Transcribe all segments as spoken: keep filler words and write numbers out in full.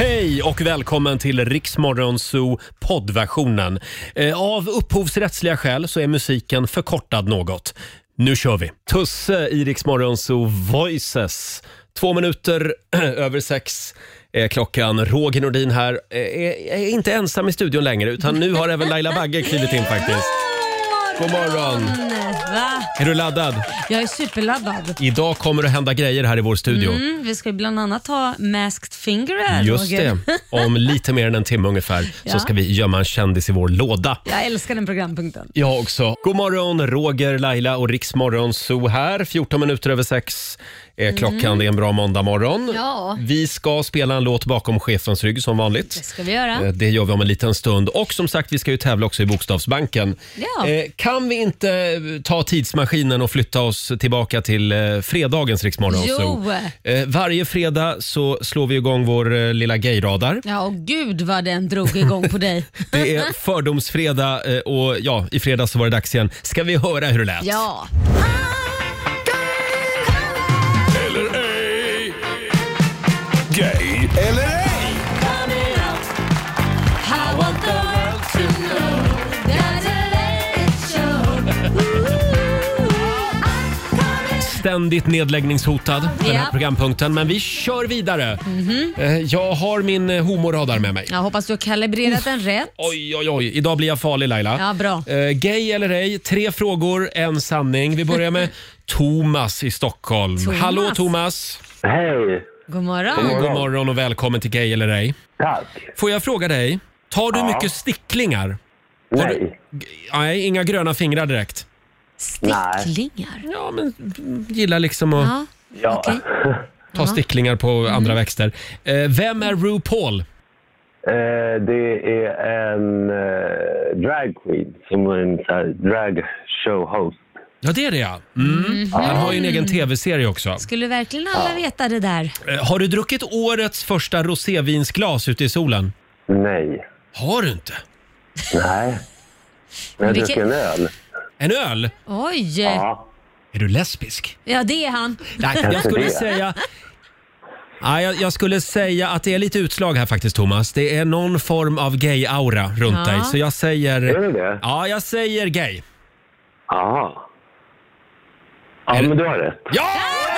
Hej och välkommen till Rix Morgon Zoo poddversionen. Eh, av upphovsrättsliga skäl så är musiken förkortad något. Nu kör vi. Tusse i Rix Morgon Zoo Voices. Två minuter över sex är klockan. Roger Nordin här är, är inte ensam i studion längre, utan nu har även Laila Bagge klivit in faktiskt. God morgon. Va? Är du laddad? Jag är superladdad. Idag kommer det hända grejer här i vår studio. Mm, vi ska bland annat ha Masked Finger här, Just Roger. det. Om lite mer än en timme ungefär Ja. så ska vi gömma en kändis i vår låda. Jag älskar den programpunkten. Jag också. God morgon, Roger, Laila och Rix Morgon Zoo här. fjorton minuter över sex är klockan. Mm. Det är en bra måndag morgon. Ja. Vi ska spela en låt bakom chefens rygg som vanligt. Det ska vi göra. Det gör vi om en liten stund. Och som sagt, vi ska ju tävla också i Bokstavsbanken. Ja. Eh, kan vi inte ta tidsmaskinen och flytta oss tillbaka till eh, fredagens Rix Morgon Zoo? Eh, varje fredag så slår vi igång vår eh, lilla gayradar. Ja, och gud vad den drog igång på dig. Det är fördomsfredag eh, och ja, i fredag så var det dags igen. Ska vi höra hur det lät? Ja. Eller ej. Gay eller ej. Ständigt nedläggningshotad, den här Ja. programpunkten. Men vi kör vidare. Mm-hmm. Eh, Jag har min eh, homoradar med mig. Jag hoppas du har kalibrerat den rätt. Oj, oj, oj. Idag blir jag farlig, Laila. Ja, bra. Eh, gay eller ej? Tre frågor, en sanning. Vi börjar med Thomas i Stockholm. Thomas. Hallå, Thomas. Hej, God morgon. God morgon och välkommen till Gay eller ej. tack. Får jag fråga dig, tar du Ja. mycket sticklingar? Har du- Nej, G- Nej, inga gröna fingrar direkt. Sticklingar. Ja, men mm, gillar liksom att Ja. ja. Okej. ta sticklingar på andra växter. Eh, vem är RuPaul? eh, det är en eh, drag queen som är en så här, drag show host. Ja, det är det ja. Mm. Han har ju en egen tv-serie också. Skulle verkligen alla veta det där? Eh, har du druckit årets första rosévinsglas ute i solen? Nej, Har du inte? nej. Men jag Vilken- dricker en öl. En öl? Oj. Ja, Är du lesbisk? Ja, det är han. Nej, jag skulle säga... Nej, jag, jag skulle säga att det är lite utslag här faktiskt, Thomas. Det är någon form av gay-aura runt Ja. dig. Så jag säger... är det det? Ja, jag säger gay. Ja. Ja, Är det- men du har rätt. Ja!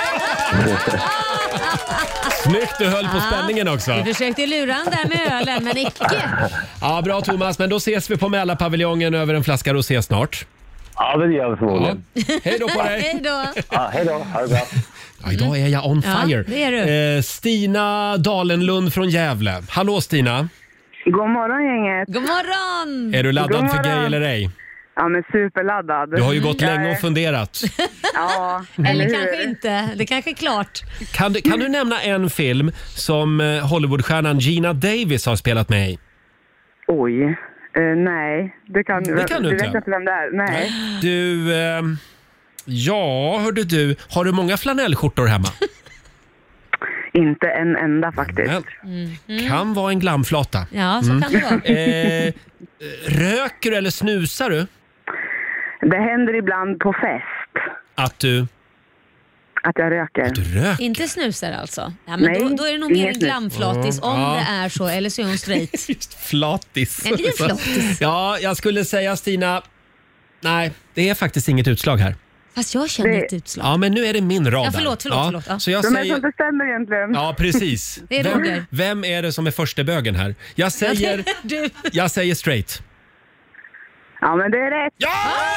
Snyggt, du höll på spänningen också. Du försökte lura han där med ölen, men icke. Ja, bra Thomas, men då ses vi på Mälarpaviljongen över en flaska rosé snart. Ja, men det gör vi Ja. förmodligen. Hej då på dig! Hej då. Ja, hej då, ha det bra. Ja, idag är jag on Ja, fire. det är du. Eh, Stina Dalenlund från Gävle. Hallå Stina, God morgon gänget. God morgon. är du laddad God för gay morgon. eller ej? Ja men superladdad. Du har ju gått Jag länge är- och funderat. Ja, Eller hur? kanske inte. Det kanske är klart. Kan du, kan du nämna en film som eh, Hollywoodstjärnan Gina Davis har spelat med i? Oj. Eh, nej, det kan, Det kan du det inte. vet jag inte vem det är. Nej. Du, eh, ja hörde du, har du många flanellskjortor hemma? Inte en enda faktiskt. Men, kan vara en glamflata. Ja, så kan det vara. Eh, röker du eller snusar du? Det händer ibland på fest Att du, att jag röker. att du röker? Inte snusar alltså? Ja, men Nej, då, då är det nog mer inget en snus. glamflatis om Ja. det är så, eller så är hon straight. Just flatis. En liten flatis. Ja, jag skulle säga Stina, nej, det är faktiskt inget utslag här. Fast jag känner Det- ett utslag. Ja, men nu är det min radar. Ja, förlåt, förlåt, förlåt, ja. Så jag De är som säger... bestämmer egentligen. Ja, precis. Det är vem, Roger. vem är det som är första bögen här? Jag säger, Du. jag säger straight. Ja men det är rätt. Ja!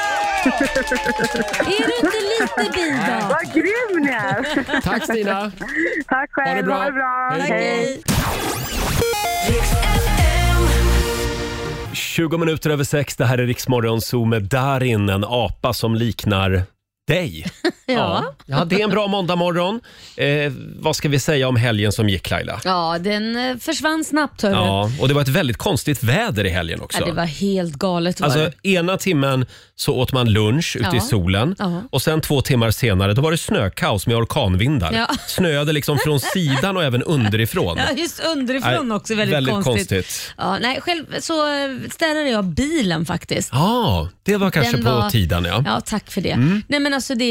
Är du inte lite bi då? Vad grym ni är. Tack Stina. Tack själv. Ha det bra. Ha det bra. Hej då. Hej. tjugo minuter över sex, det här är Rix Morgon Zoo med Darin, en apa som liknar dig. Ja. Ja, det är en bra måndagmorgon. Eh, vad ska vi säga om helgen som gick, Laila? Ja, den eh, försvann snabbt hörru. Ja, och det var ett väldigt konstigt väder i helgen också. Ja, det var helt galet var Alltså det. ena timmen så åt man lunch ute Ja. i solen Ja. och sen två timmar senare då var det snökaos med orkanvindar. Ja. Snöade liksom från sidan och även underifrån. Ja, just underifrån Nej, också. Väldigt, väldigt konstigt. konstigt. Ja, nej, själv så eh, städade jag bilen faktiskt. Ja, det var kanske Den på var- tiden ja. Ja, tack för det. Mm. Nej, men alltså, det är så mycket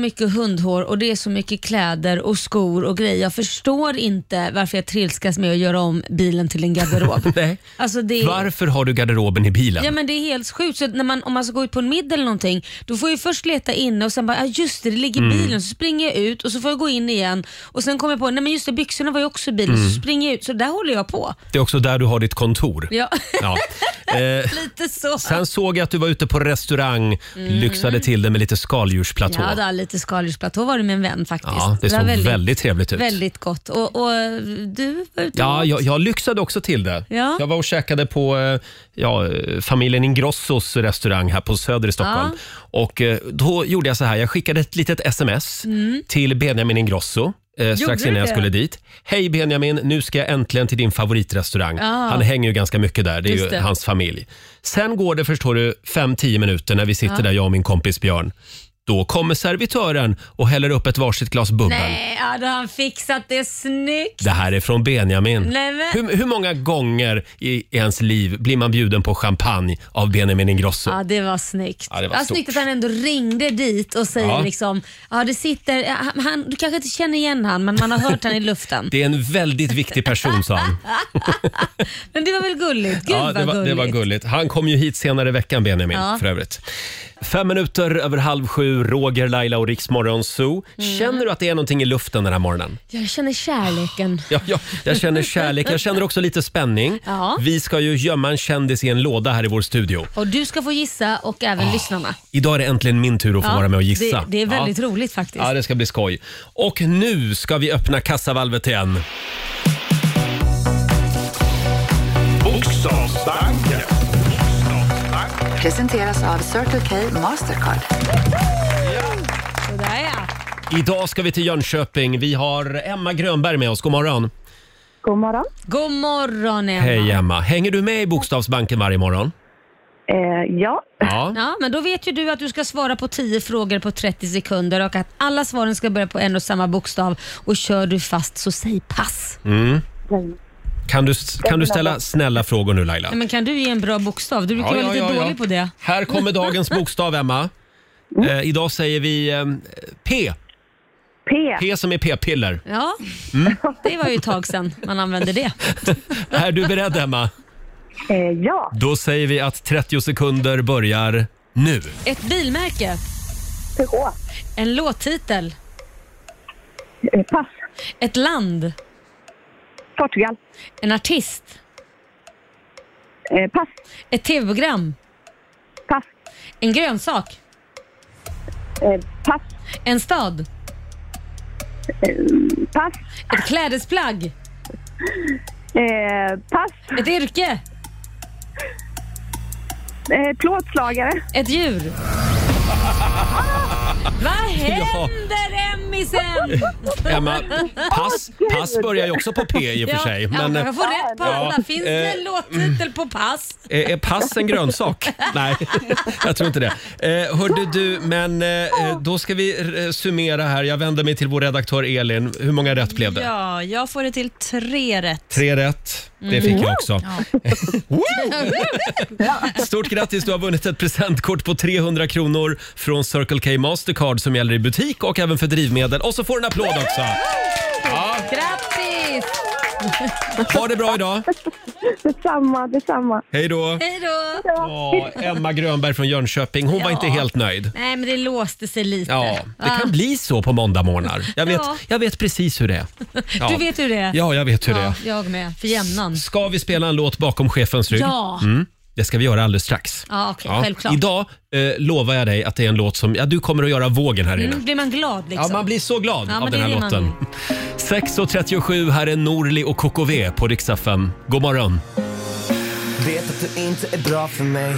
mycket hundhår och det är så mycket kläder och skor och grejer. Jag förstår inte varför jag trilskas med att göra om bilen till en garderob. Nej. Alltså det är... Varför har du garderoben i bilen? Ja men det är helt sjukt. Så när man, om man ska gå ut på en middag eller någonting, då får jag först leta inne och sen bara, ja just det, det ligger i Mm. bilen. Så springer jag ut och så får jag gå in igen och sen kommer jag på, nej men just det, byxorna var ju också i bilen. Mm. Så springer jag ut, så där håller jag på. Det är också där du har ditt kontor. Ja, Ja. Eh, lite så. sen såg jag att du var ute på restaurang, lyxade till det med lite skaldjursplatå. Ja, då, lite skaldjursplatå var det med en vän faktiskt. Ja, det såg var väldigt, trevligt ut. Väldigt gott. Och, och du var ute Ja, och- jag, jag lyxade också till det. Ja. Jag var och käkade på eh, ja, familjen Ingrossos restaurang här på Söder i Stockholm. Och eh, då gjorde jag så här, jag skickade ett litet sms till Benjamin Ingrosso. Eh, strax du innan jag det? skulle dit. Hej Benjamin, nu ska jag äntligen till din favoritrestaurang. Ja. Han hänger ju ganska mycket där, det är Just ju det. hans familj. Sen går det, förstår du, fem till tio minuter när vi sitter där, jag och min kompis Björn. Då kommer servitören och häller upp ett varsitt glas bubbel. Nej, ja, då har han fixat det snyggt. Det här är från Benjamin. Nej, men- hur, hur många gånger i, i ens liv blir man bjuden på champagne av Benjamin Ingrosso? Ja, det var snyggt. Ja, det var ja, stort. snyggt att han ändå ringde dit och säger Ja. liksom, ja det sitter, han, han, du kanske inte känner igen han, men man har hört han i luften. Det är en väldigt viktig person, sa han. Men det var väl gulligt? Gud Ja, vad det, var, gulligt. det var gulligt. Han kom ju hit senare i veckan, Benjamin, Ja. för övrigt. Fem minuter över halv sju, Roger, Laila och Rix Morgon Zoo. Mm. Känner du att det är någonting i luften den här morgonen? Jag känner kärleken. Ja, ja, jag känner kärlek. Jag känner också lite spänning. Ja. Vi ska ju gömma en kändis i en låda här i vår studio. Och du ska få gissa och även lyssnarna. Idag är det äntligen min tur att få Ja, vara med och gissa. Det, det är väldigt ja. roligt faktiskt. Ja, det ska bli skoj. Och nu ska vi öppna kassavalvet igen. Bokstavsbanken. Presenteras av Circle K Mastercard. Sådär ja. Idag ska vi till Jönköping. Vi har Emma Grönberg med oss. God morgon. God morgon. God morgon Emma. Hej Emma. Hänger du med i Bokstavsbanken varje morgon? Eh, ja. Ja. Ja, men då vet ju du att du ska svara på tio frågor på trettio sekunder och att alla svaren ska börja på en och samma bokstav. Och kör du fast så säg pass. Kan du, kan du ställa snälla frågor nu, Laila? Nej, men kan du ge en bra bokstav? Du brukar vara lite dålig på det. Här kommer dagens bokstav, Emma. Eh, idag säger vi eh, P. P. P som är p-piller. Ja, Mm. det var ju ett tag sedan man använde det. Mm. Är du beredd, Emma? Eh, ja. Då säger vi att trettio sekunder börjar nu. Ett bilmärke. P H. En låttitel. Eh, pass. Ett land. Portugal. En artist. Eh, pass. Ett tv-program. Pass. En grönsak. Eh, pass. En stad. Eh, pass. Ett klädesplagg. Eh, pass. Ett yrke. Eh, plåtslagare. Ett djur. Vad händer Emmisen? Emma, pass, pass börjar ju också på P i och för sig. Men, ja, jag får rätt på alla. ja, Finns det en eh, låttitel på pass? Är är pass en grönsak? Nej, jag tror inte det. Eh, hörde du, men eh, då ska vi eh, summera här. Jag vänder mig till vår redaktör Elin. Hur många rätt blev det? Ja, jag får det till tre rätt. Tre rätt. Det fick jag också. Stort grattis, du har vunnit ett presentkort på trehundra kronor från Circle K Mastercard som gäller i butik och även för drivmedel. Och så får du en applåd också. Ja, Grattis! ha det bra idag. Detsamma, detsamma. Hej då. Hej då! Åh, Emma Grönberg från Jönköping, hon var Ja. inte helt nöjd. Nej, men det låste sig lite. Ja, det Va? kan bli så på måndagmorgnar. Jag vet, Ja. jag vet precis hur det är. Ja. Du vet hur det är? Ja, jag vet hur det Ja, är. jag med. För jämnan. Ska vi spela en låt bakom chefens rygg? Ja. Mm, det ska vi göra alldeles strax. Ja, okej, självklart. Idag eh, lovar jag dig att det är en låt som ja, du kommer att göra vågen här inne. Mm, blir man glad liksom? Ja, man blir så glad Ja, av men den det här är det man låten. sex och trettiosju, här är Norli och K K V på Rix F M. God morgon. Vet att du inte är bra för mig.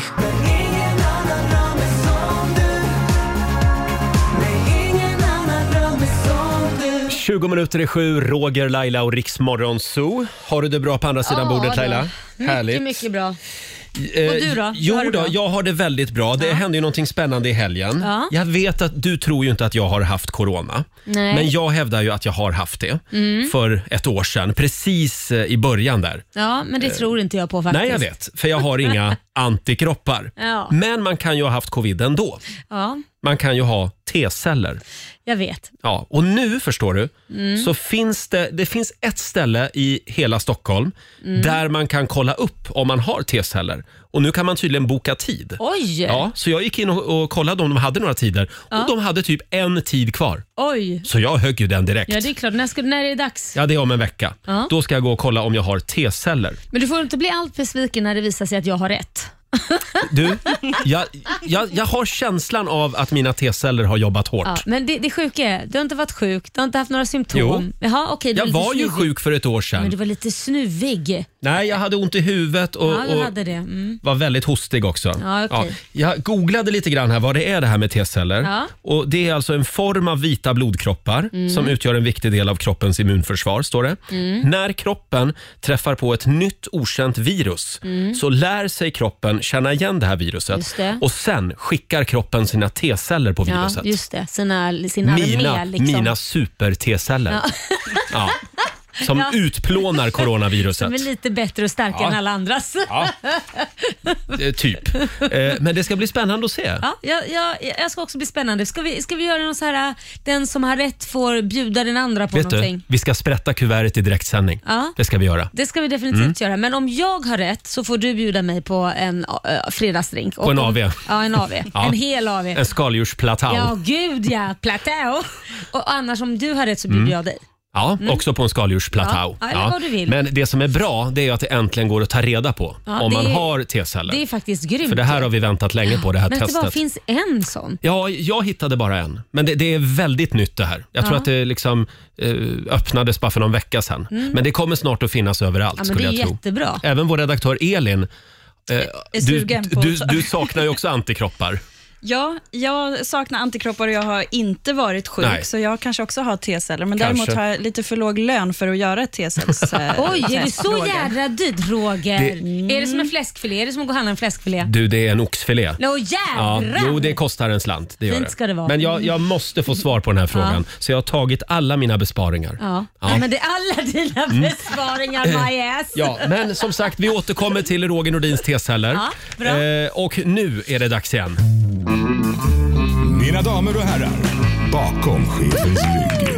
tjugo minuter i sju, Roger, Laila och Rix Morgon Zoo. Har du det bra på andra sidan Ja, bordet, då. Laila? Mycket, mycket bra. Eh, Och du då? Hur Jo har du då, bra? jag har det väldigt bra. Det hände ju någonting spännande i helgen. Ja. Jag vet att du tror ju inte att jag har haft corona. Nej. Men jag hävdar ju att jag har haft det för ett år sedan. Precis eh, i början där. Ja, men det tror inte jag på faktiskt. Nej, jag vet. För jag har inga antikroppar. Ja. Men man kan ju ha haft covid ändå. Ja. man kan ju ha T-celler. Jag vet. Ja, och nu förstår du Mm. så finns det, det finns ett ställe i hela Stockholm Mm. där man kan kolla upp om man har T-celler. Och nu kan man tydligen boka tid. Oj! Ja, så jag gick in och, och kollade om de hade några tider. Ja. Och de hade typ en tid kvar. Oj! Så jag högg ju den direkt. Ja, det är klart. När, ska, när är det dags? Ja, det är om en vecka. Ja. Då ska jag gå och kolla om jag har T-celler. Men du får inte bli allt besviken när det visar sig att jag har rätt. Du, jag, jag, jag har känslan av att mina T-celler har jobbat hårt. Ja, men det, det sjuka är, du har inte varit sjuk, du har inte haft några symptom. Jo. Jaha, okej, du Jag lite var ju snuvig. sjuk för ett år sedan. Men du var lite snuvig. Nej, jag hade ont i huvudet och, Ja, du och hade det. Mm. var väldigt hostig också. Ja, okej. Jag googlade lite grann här vad det är det här med T-celler. Ja. Och det är alltså en form av vita blodkroppar Mm. som utgör en viktig del av kroppens immunförsvar, står det. Mm. När kroppen träffar på ett nytt okänt virus Mm. så lär sig kroppen känna igen det här viruset. Just det. Och sen skickar kroppen sina T-celler på Ja, viruset. just det. Sina, sina Mina, armé liksom. mina super-T-celler. Ja. Ja. Som Ja. utplånar coronaviruset. Som är lite bättre och starkare Ja. än alla andras. Ja. Eh, typ. Eh, men det ska bli spännande att se. Ja, jag, jag, jag ska också bli spännande. Ska vi, ska vi göra någon så här, den som har rätt får bjuda den andra på Vet någonting? du, vi ska sprätta kuvertet i direktsändning. Ja. Det ska vi göra. Det ska vi definitivt Mm. göra. Men om jag har rätt så får du bjuda mig på en äh, fredagsdrink. På en om, A V. Ja, en A V. Ja. En hel A V. En skaldjursplatå. Ja, gud ja. Platå. Och annars om du har rätt så bjuder Mm. jag dig. Ja, Mm. också på en skaldjursplatå. Ja, eller vad du vill. Men det som är bra det är ju att det äntligen går att ta reda på Ja, om det man är- har T-celler. Det är faktiskt grymt. För det här har vi väntat länge på, det här Men det testet. bara finns en sån. Ja, jag hittade bara en. Men det, det är väldigt nytt det här. Jag tror Ja. att det liksom eh, öppnades bara för någon vecka sedan. Mm. Men det kommer snart att finnas överallt, Ja, men skulle det är jag tro. jättebra. Även vår redaktör Elin. Eh, är du, sugen på du, också. du saknar ju också antikroppar. Ja, jag saknar antikroppar och jag har inte varit sjuk, Nej. så jag kanske också har T-celler. Men Kanske. däremot har jag lite för låg lön för att göra ett T-cells eh, Oj, är det test, så Roger. jädra dyrt, Roger? Det- Är det som en fläskfilé? Är det som att gå och handla en fläskfilé? Du, det är en oxfilé. Nå Ja, jädrar! jo, det kostar en slant. Det gör Fint det. ska det vara. Men jag, jag måste få svar på den här frågan. Ja. Så jag har tagit alla mina besparingar. Ja. Ja. Ja, men det är alla dina Mm. besparingar, my ass. Ja, men som sagt, vi återkommer till Roger Nordins T-celler. Ja, bra. Eh, och nu är det dags igen. Mina damer och herrar, bakom chefens rygg.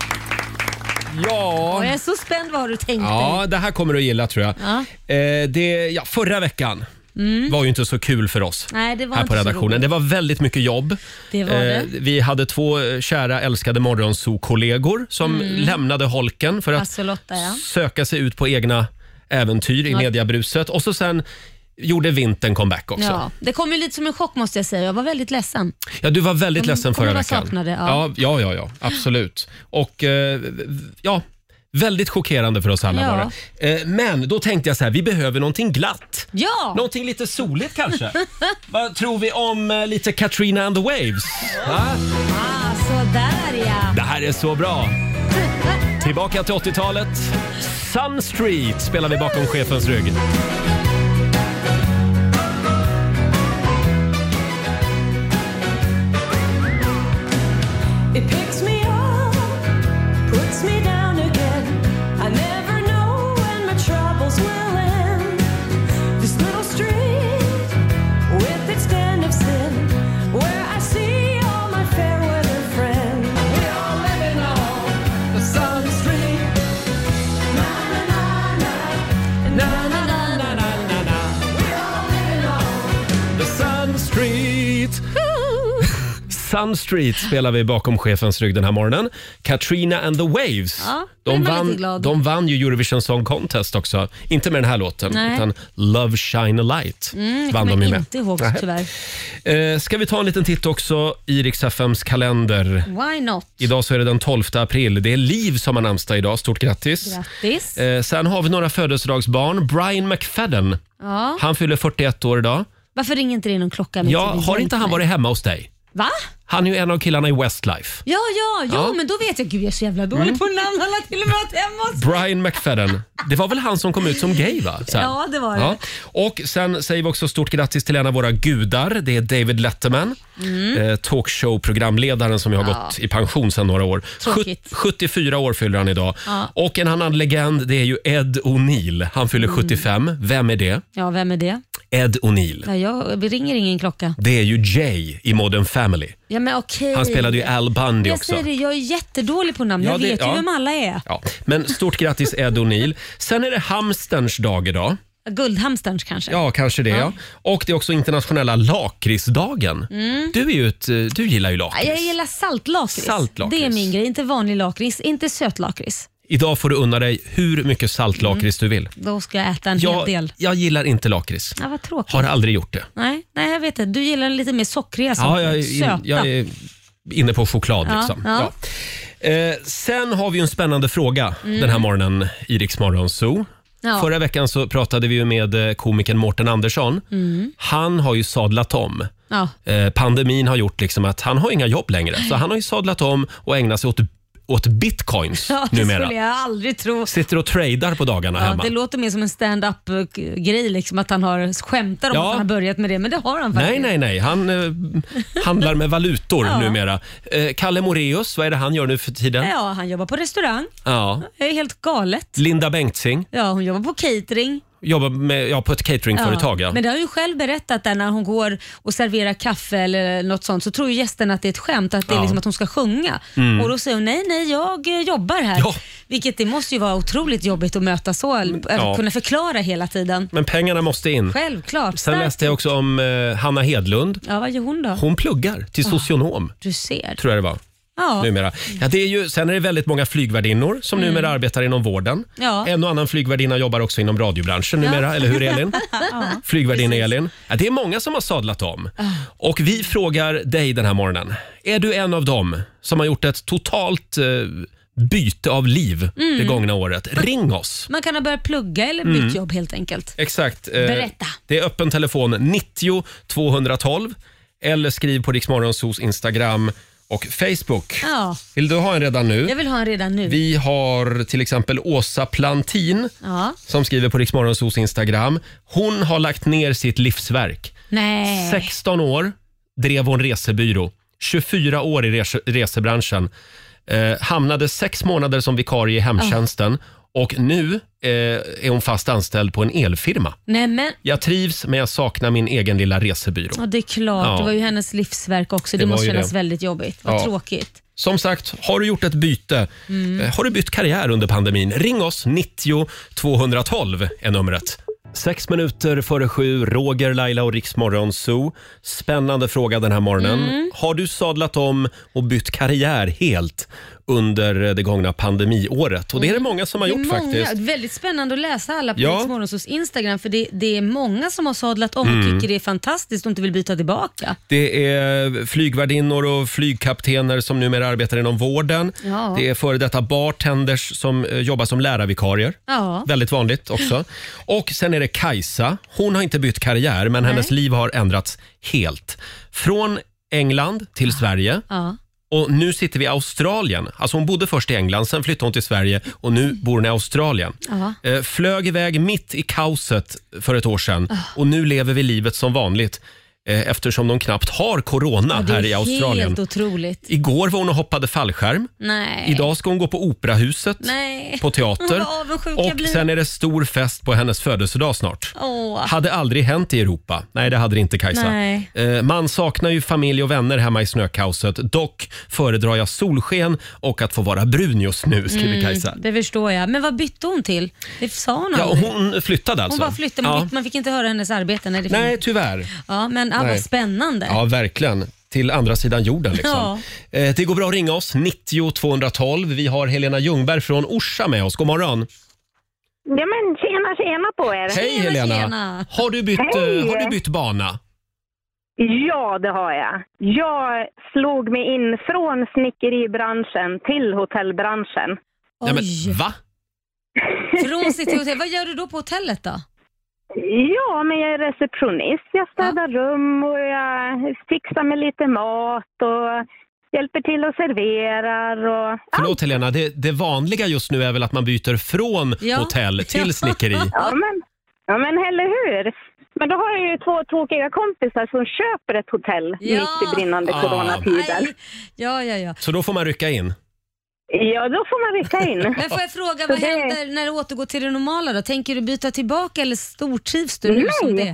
Ja. Och jag är så spänd vad du tänkte. Ja, det här kommer du att gilla tror jag. Ja. Eh, det, ja, förra veckan Mm. var ju inte så kul för oss Nej, det var här inte på så redaktionen. roligt. Det var väldigt mycket jobb. Det var det. Vi hade två eh, kära älskade morgonzoo-kollegor som Mm. lämnade holken för att Hasse och Lotta, ja. söka sig ut på egna äventyr i Ja. mediabruset. Och så sen gjorde vintern comeback också. Ja, det kom ju lite som en chock måste jag säga. Jag var väldigt ledsen. Ja, du var väldigt Kommer- ledsen kommer förra vara veckan. saknade, ja. Ja, ja, ja, ja, absolut. Och eh, ja, väldigt chockerande för oss alla Ja. var det. Eh, men då tänkte jag så här, vi behöver någonting glatt. Ja! Någonting lite soligt kanske. Vad tror vi om eh, lite Katrina and the Waves? Va? Ah, sådär ja. Det här är så bra. Tillbaka till åttiotalet. Sun Street spelar vi bakom chefens rygg. It picks me up, puts me down again. I never know when my troubles will end. This little street with its den of sin, where I see all my fair weather friends. We are living on the Sun Street. Na na na na, na na na na na na. We are living on The Sun Street. Sun Street spelar vi bakom chefens rygg den här morgonen. Katrina and the Waves. Ja, de, blir man lite vann, glad. de vann ju Eurovision Song Contest också. Inte med den här låten, Nej. utan Love Shine a Light Mm, det vann kommer de ju jag med. inte ihåg Nej. tyvärr. Eh, ska vi ta en liten titt också i Rix F M:s kalender. Why not? Idag så är det den tolfte april. Det är Liv som har namnsdag idag. Stort grattis. Grattis. Eh, sen har vi några födelsedagsbarn. Brian McFadden. Ja. Han fyller fyrtioett år idag. Varför ringer inte det någon klocka? mitt Ja, i har inte han mig? varit hemma hos dig? Va? Han är ju en av killarna i Westlife. Ja, ja, ja, Ja. men då vet jag. Gud, jag är så jävla dålig Mm. på namn. Han har till och med varit hemma hos Brian McFadden. Det var väl han som kom ut som gay va? Sen. Ja, det var det. Och sen säger vi också stort grattis till en av våra gudar. Det är David Letterman. Mm. Eh, talkshow-programledaren som ju har Ja. gått i pension sedan några år. Tråkigt. Sjut- sjuttiofyra år fyller han idag. Ja. Och en annan legend det är ju Ed O'Neill. Han fyller Mm. sjuttiofem. Vem är det? Ja, vem är det? Ed O'Neill. Ja, jag ringer ingen klocka. Det är ju Jay i Modern Family. Ja, men okej. Han spelade ju Al Bundy jag också. Säger det, jag är jättedålig på namn. Ja, jag det- vet ja. ju vem alla är. Ja. Men stort grattis Ed O'Neill. Sen är det hamsterns dag idag. Guldhamsterns kanske. Ja, kanske det. Ja. Ja. Och det är också internationella lakritsdagen. Mm. Du, är ju ett, du gillar ju Ja, lakrits. jag gillar saltlakrits. Saltlakrits. Det är min grej. Inte vanlig lakrits, inte sötlakrits. Idag får du unna dig hur mycket saltlakrits du vill. Då ska jag äta en hel Jag, del. jag gillar inte lakrits. Ja, vad tråkigt. Har aldrig gjort det. Nej, nej, jag vet inte. Du gillar lite mer sockriga Ja, saker. jag, är Söta. in, jag är inne på choklad. Ja, Liksom. ja. Ja. Eh, sen har vi ju en spännande fråga Mm. den här morgonen i Rix Morgon Zoo. Ja. Förra veckan så pratade vi ju med eh, komikern Mårten Andersson. Mm. Han har ju sadlat om. Ja. Eh, pandemin har gjort liksom att han har inga jobb längre. Så han har ju sadlat om och ägnat sig åt, åt bitcoins Ja, det numera. skulle jag aldrig tro. Sitter och tradar på dagarna Ja, hemma. det låter mer som en stand-up-grej, liksom, att han har skämtar om Ja. att han har börjat med det, men det har han faktiskt. Nej, nej, nej. Han eh, handlar med valutor Ja. numera. Eh, Kalle Moraeus, vad är det han gör nu för tiden? Ja, han jobbar på restaurang. Ja. Det är helt galet. Linda Bengtzing Ja, hon jobbar på catering. jobbar med, ja, på ett cateringföretag. Ja. Men det har ju själv berättat där när hon går och serverar kaffe eller något sånt, så tror ju gästerna att det är ett skämt, att det är Ja. liksom att hon ska sjunga. Mm. Och då säger hon nej, nej, jag eh, jobbar här. Ja. Vilket det måste ju vara otroligt jobbigt att möta så, att ja. kunna förklara hela tiden. Men pengarna måste in. Självklart. Sen Starkt. läste jag också om eh, Hanna Hedlund. Ja, vad gör hon då? Hon pluggar till socionom, Du ser. tror jag det var. Ja. Numera. Ja, det är ju, sen är det väldigt många flygvärdinnor som Mm. numera arbetar inom vården. Ja. En och annan flygvärdinna jobbar också inom radiobranschen numera, Ja. eller hur Elin? Ja. Flygvärdinna Elin. Ja, det är många som har sadlat om. Och vi frågar dig den här morgonen. Är du en av dem som har gjort ett totalt eh, byte av liv Mm. det gångna året? Ring oss! Man kan ha börjat plugga eller bytt Mm. jobb helt enkelt. Exakt. Eh, Berätta. Det är öppen telefon nittio tvåhundratolv eller skriv på Rix Morgonzoos Instagram och Facebook. Ja, Vill du ha en redan nu? jag vill ha en redan nu. Vi har till exempel Åsa Plantin Ja. som skriver på Rix Morgonzoos Instagram. Hon har lagt ner sitt livsverk. Nej. sexton år drev hon resebyrå. tjugofyra år i res- resebranschen. Eh, hamnade sex månader som vikarie i hemtjänsten. Och nu eh, är hon fast anställd på en elfirma. Nej, men Jag trivs men jag saknar min egen lilla resebyrå. ja, det är klart. Ja. Det var ju hennes livsverk också. Det, Det var måste ju kännas det. väldigt jobbigt. Vad Ja. tråkigt. Som sagt, har du gjort ett byte? Mm. Eh, Har du bytt karriär under pandemin? Ring oss, nittio tvåhundratolv är numret. Sex minuter före sju, Roger, Laila och Rix Morgon Zoo. Spännande fråga den här morgonen. Mm. Har du sadlat om och bytt karriär helt under det gångna pandemiåret? Och det är det många som har Det är gjort många, faktiskt. Väldigt spännande att läsa alla på Ja. Rix Morgonzoos Instagram, för det, det är många som har sadlat om och Mm. tycker det är fantastiskt och inte vill byta tillbaka. Det är flygvärdinnor och flygkaptener som numera arbetar inom vården. Ja. Det är före detta bartenders som eh, jobbar som lärarvikarier. Ja. Väldigt vanligt också. Och sen är det Kajsa. Hon har inte bytt karriär, men Nej. hennes liv har ändrats helt. Från England till Sverige. Ja. Och nu sitter vi i Australien. Alltså hon bodde först i England, sen flyttade hon till Sverige och nu bor hon i Australien. Ja. Eh, flög iväg mitt i kaoset för ett år sedan och nu lever vi livet som vanligt eh, eftersom de knappt har corona Ja, det här är i Australien. helt otroligt. Igår var hon och hoppade fallskärm. Nej. Idag ska hon gå på Operahuset Nej. på teater. Vad avundsjuk jag Och blir. sen är det stor fest på hennes födelsedag snart. Åh. Hade aldrig hänt i Europa. Nej, det hade det inte, Kajsa. Nej. Eh, Man saknar ju familj och vänner hemma i snökaoset. Dock föredrar jag solsken och att få vara brun just nu, skriver Kajsa. Det förstår jag. Men vad bytte hon till? Det sa hon Ja, aldrig. hon flyttade alltså. Hon bara flyttade, man, Ja. fick, man fick inte höra hennes arbete. Nej, det Nej, fick... tyvärr. ja, men ja, Nej. vad spännande. Ja, verkligen. Till andra sidan jorden liksom. Ja. Eh, Det går bra att ringa oss, nittio tvåhundratolv. Vi har Helena Ljungberg från Orsa med oss. God morgon. Ja men tjena tjena på er. Hej Tjena, Helena. tjena. Har du bytt, Hej. eh, har du bytt bana? Ja det har jag. Jag slog mig in från snickeribranschen till hotellbranschen. Nej, men, Oj. va? Från sitt hotell. Vad gör du då på hotellet då? Ja men jag är receptionist. Jag städar rum och jag fixar med lite mat och hjälper till och serverar och... Förlåt Helena, det, det vanliga just nu är väl att man byter från Ja. hotell till snickeri? Ja men, ja men eller hur? Men då har jag ju två tråkiga kompisar som köper ett hotell Ja. mitt i brinnande Ah. coronatider. Nej. Ja, ja, ja. Så då får man rycka in? Ja, då får man rycka in. Men får jag fråga, vad Så det- händer när du återgår till det normala då? Tänker du byta tillbaka eller stortrivs du nu Nej. som det?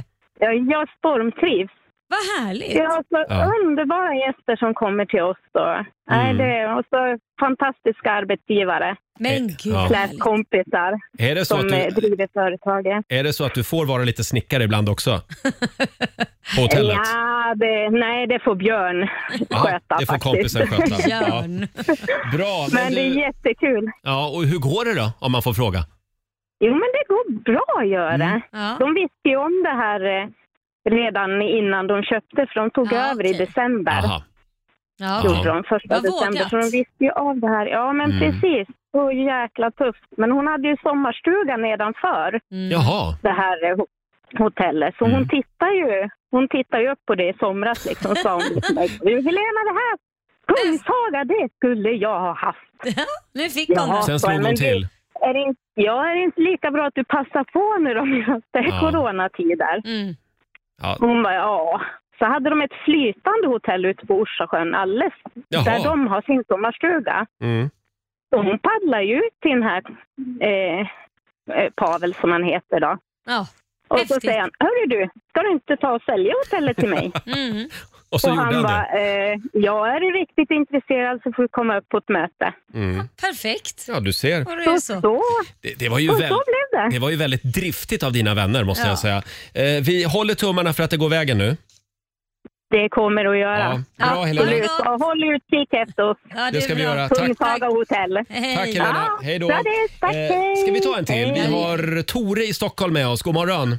Ja, jag stormtrivs. Vad härligt. Vi har så Ja. underbara gäster som kommer till oss då. Nej, det, och så fantastiska arbetsgivare. Men gud, Ja. vad Slash härligt. kompisar Är det så som att eh, du, driver företaget. är det så att du får vara lite snickare ibland också? På hotellet? Ja, det, nej, det får Björn Ja, sköta det får faktiskt. kompisen sköta. Ja. Björn. Bra, Men men det är du, jättekul. ja, och hur går det då, om man får fråga? Jo, men det går bra att göra. Mm. Ja. De visste ju om det här eh, redan innan de köpte, för de tog Ja, över i okej. december. Aha. Ja, Ja. Gjorde de första Vad december, vågat. så de visste ju av det här. Ja, men Mm. precis. Så jäkla tufft. Men hon hade ju sommarstuga nedanför Mm. Jaha. det här eh, ho- hotellet. Så Mm. hon tittar ju hon tittar ju upp på det i somras liksom. Och sa hon, Helena, det här Kungshaga, det skulle jag ha haft. Nu fick Ja. hon det. Sen slog men hon det- till. Är det, inte, ja, är det inte lika bra att du passar på nu då medan det är Ja. coronatider? Mm. Ja. Hon bara, ja. Så hade de ett flytande hotell ute på Orsasjön alldeles, Jaha. där de har sin sommarstuga. Mm. Så hon paddlar ju ut till den här eh, eh, Pavel som han heter då. Ja. Och Häftigt. så säger han, hörru du, ska du inte ta och sälja hotellet till mig? Mm. Och så och gjorde han han bara, det. eh, ja, är du riktigt intresserad så får du komma upp på ett möte. Mm. Perfekt. Ja, du ser. Och det är Så, så. så, Det, det, var ju och väl, så blev det. det var ju väldigt driftigt av dina vänner, måste Ja. jag säga. Eh, vi håller tummarna för att det går vägen nu. Det kommer att göra. Ja. Bra, Ja, Helena. Håll ut, och håll utkik efter oss. Ja, Det ska är vi bra. göra. Tack. Kungshaga hotell. Hej. Tack Helena. Ja, Hej då. bra det. Tack, hej. ska vi ta en till? Vi Hej. har Tore i Stockholm med oss. God morgon.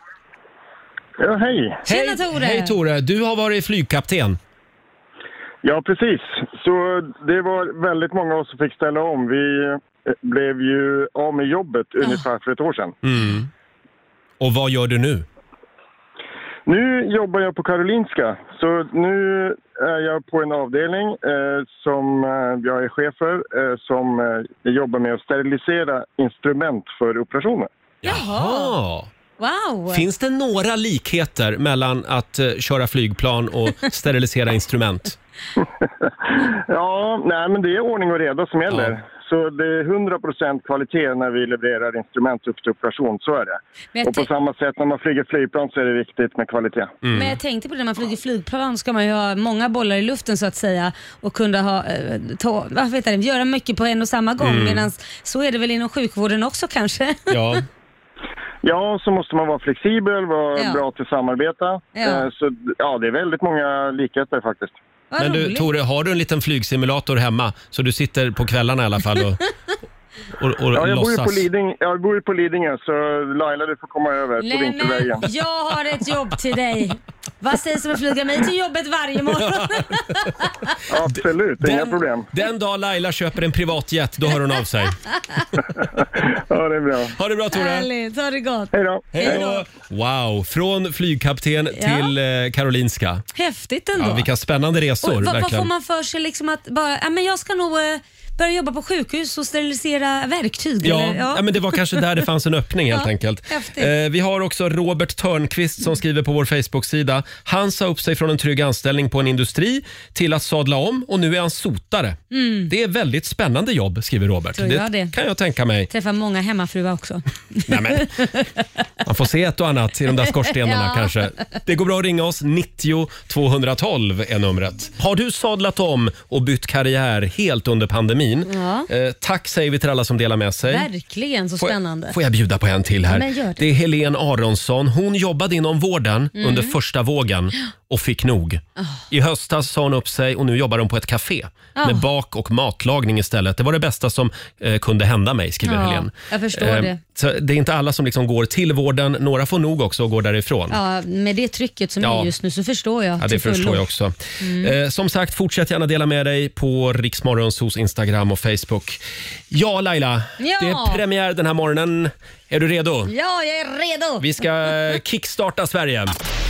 Ja, hej. Tjena, Hej, Tore. hej Tore. Du har varit flygkapten. Ja, precis. Så det var väldigt många av oss som fick ställa om. Vi eh, blev ju av med jobbet ungefär för ett år sedan. Mm. Och vad gör du nu? Nu jobbar jag på Karolinska. Så nu är jag på en avdelning eh, som eh, jag är chef för. Eh, som eh, jobbar med att sterilisera instrument för operationer. Jaha. Wow. Finns det några likheter mellan att eh, köra flygplan och sterilisera instrument? Ja, nej men det är ordning och reda som gäller. Ja. Så det är hundra procent kvalitet när vi levererar instrument upp till operation, så är det. Men jag, Och på tän- samma sätt när man flyger flygplan så är det viktigt med kvalitet. men jag tänkte på det, när man flyger flygplan ska man ju ha många bollar i luften så att säga och kunna ha, eh, ta, vad vet jag, göra mycket på en och samma gång. Mm. Medan så är det väl inom sjukvården också kanske? Ja. Ja, så måste man vara flexibel, vara Ja. bra till att samarbeta. Ja. Eh, Så ja, det är väldigt många likheter faktiskt. Vad Men du roligt. Tore, har du en liten flygsimulator hemma så du sitter på kvällarna i alla fall och, och, och Ja, jag bor ju låtsas? på Lidingö, jag bor ju på Lidingö så Laila, du får komma över på Nej, Vinkelvägen. men jag har ett jobb till dig. Vad sägs om att flyga mig till jobbet varje morgon? Absolut, inga problem. Den dag Laila köper en privatjet, då hör hon av sig. Ja, det är bra. Ha det bra Tore. Härligt, ha det gott. Hej då. Hej då. Wow, från flygkapten Ja. till eh, Karolinska. Häftigt ändå. Ja, vilka spännande resor. och vad, vad verkligen. får man för sig liksom att bara, ja, men jag ska nog eh, börja jobba på sjukhus och sterilisera verktyg? Ja, eller? ja. men det var kanske där det fanns en öppning helt Ja, enkelt. häftigt. Eh, vi har också Robert Törnqvist som skriver på vår Facebook-sida. Han sa upp sig från en trygg anställning på en industri till att sadla om och nu är han sotare. Mm. Det är väldigt spännande jobb, skriver Robert. Tror jag det. kan jag tänka mig. Träffar många hemmafruar också. Nej, men, man får se ett och annat i de där skorstenarna Ja. kanske. Det går bra att ringa oss. nittio tvåhundratolv är numret. Har du sadlat om och bytt karriär helt under pandemin? Ja. Eh, tack säger vi till alla som delar med sig. Verkligen så Får jag- spännande. Får jag bjuda på en till här? Ja, men gör det. det är Helene Aronsson. Hon jobbade inom vården Mm. under första vågen och fick nog. I höstas sa hon upp sig och nu jobbar hon på ett café Ah. med bak- och matlagning istället. Det var det bästa som eh, kunde hända mig, skriver Ja, Helene. jag förstår Eh, det. Så det är inte alla som liksom går till vården. Några får nog också och går därifrån. Ja, med det trycket som Ja. är just nu så förstår jag Ja, det till fullo. förstår jag också. Mm. Eh, som sagt, fortsätt gärna dela med dig på Riksmorgonsos Instagram och Facebook. Ja, Laila. Ja. Det är premiär den här morgonen. Är du redo? Ja, jag är redo. Vi ska eh, kickstarta Sverige.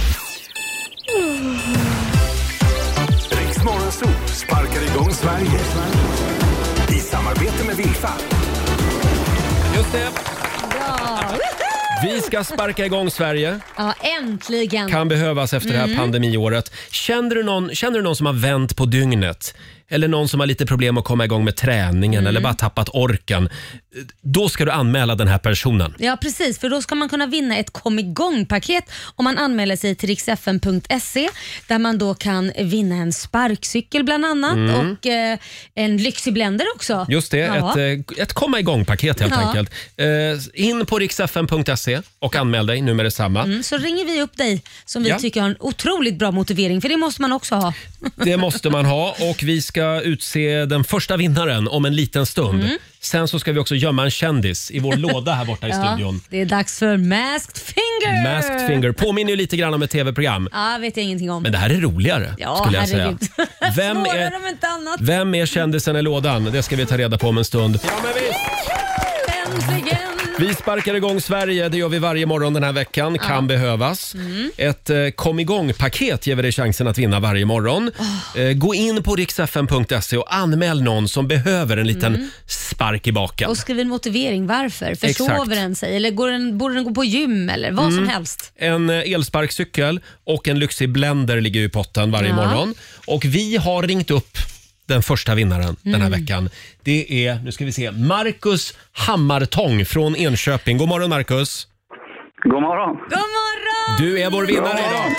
Riksmorgonzoo sparkar igång Sverige. I samarbete med Wilfa. Just det. Ja. Vi ska sparka igång Sverige. Ja, äntligen. Kan behövas efter det här Mm. pandemiåret. Känner du, någon, känner du någon som har vänt på dygnet? eller någon som har lite problem att komma igång med träningen Mm. eller bara tappat orken. Då ska du anmäla den här personen. Ja precis, för då ska man kunna vinna ett kom igång-paket om man anmäler sig till riksfn punkt se där man då kan vinna en sparkcykel bland annat Mm. och eh, en lyxig blender också. Just det, Ja. ett, eh, ett komma igång-paket helt Ja. enkelt. Eh, in på riksfn punkt se och anmäl dig nu med detsamma. Mm, så ringer vi upp dig som vi Ja. tycker har en otroligt bra motivering, för det måste man också ha. Det måste man ha och vi ska utse den första vinnaren om en liten stund. Mm. Sen så ska vi också gömma en kändis i vår låda här borta i studion. Det är dags för Masked Finger! Masked Finger påminner ju lite grann om ett tv-program. Ja, vet jag ingenting om. Men det här är roligare Ja, skulle jag herregud. säga. Vem Svårare är, om inte annat. vem är kändisen i lådan? Det ska vi ta reda på om en stund. Ja, men visst. Äntligen! Vi sparkar igång Sverige, det gör vi varje morgon den här veckan. Ja. Kan behövas. Mm. Ett eh, kom igång-paket ger vi dig chansen att vinna varje morgon. Oh. Eh, gå in på riksfn punkt se och anmäl någon som behöver en liten Mm. spark i baken. Och skriv en motivering varför. Försover Exakt. den sig? Eller går den, borde den gå på gym? Eller vad som Mm. helst. En eh, elsparkcykel och en lyxig blender ligger i potten varje Ja. morgon. Och vi har ringt upp den första vinnaren den här Mm. veckan. Det är, nu ska vi se, Marcus Hammartång från Enköping. God morgon Marcus. God morgon. God morgon! Du är vår vinnare idag.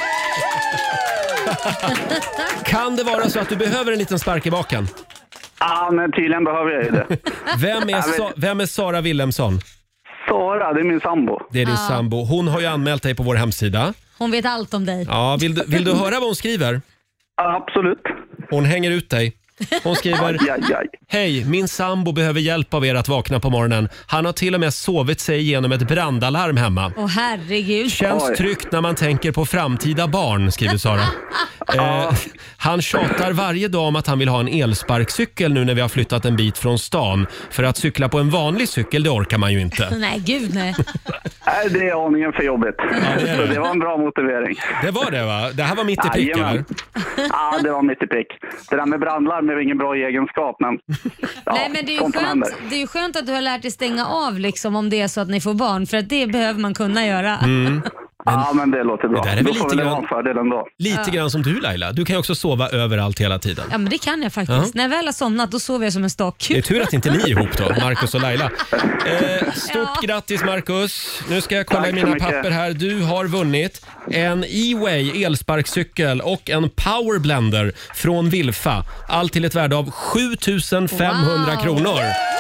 Kan det vara så att du behöver en liten spark i baken? Ja, men tydligen behöver jag ju det. Vem är, Sa- vem är Sara Willemsson? Sara, det är min sambo. Det är din Ja. sambo. Hon har ju anmält dig på vår hemsida. Hon vet allt om dig. Ja, vill, du, vill du höra vad hon skriver? Absolut. Hon hänger ut dig. Hon skriver: Aj, aj, aj. Hej, min sambo behöver hjälp av er att vakna på morgonen. Han har till och med sovit sig igenom ett brandalarm hemma. Åh herregud. Känns Oj. tryggt när man tänker på framtida barn, skriver Sara. Eh, han tjatar varje dag om att han vill ha en elsparkcykel nu när vi har flyttat en bit från stan. För att cykla på en vanlig cykel, det orkar man ju inte. Nej, gud nej. Nej, det är aningen för jobbigt. det är det. Så det var en bra motivering. Det var det va? Det här var mitt i prick Jajamän. eller? Ja, det var mitt i prick. Det där med brandlarm är ingen bra egenskap, men... Ja, Nej, men det är, ju sånt som skönt, händer. det är ju skönt att du har lärt dig stänga av liksom, om det är så att ni får barn. För att det behöver man kunna göra. Mm. Ja, men det låter bra. Det där är väl Då får lite det grann- vara en fördel ändå. Lite grann som du Laila. Du kan ju också sova överallt hela tiden. Ja, men det kan jag faktiskt. Ja. När jag väl har somnat då sover jag som en stock. Det är tur att inte ni är ihop då, Marcus och Laila. Eh, stort Ja. grattis Marcus. Nu ska jag kolla Tack i så mina mycket. papper här. Du har vunnit en E-Way elsparkcykel och en powerblender från Wilfa. Allt till ett värde av sju tusen femhundra Wow. kronor.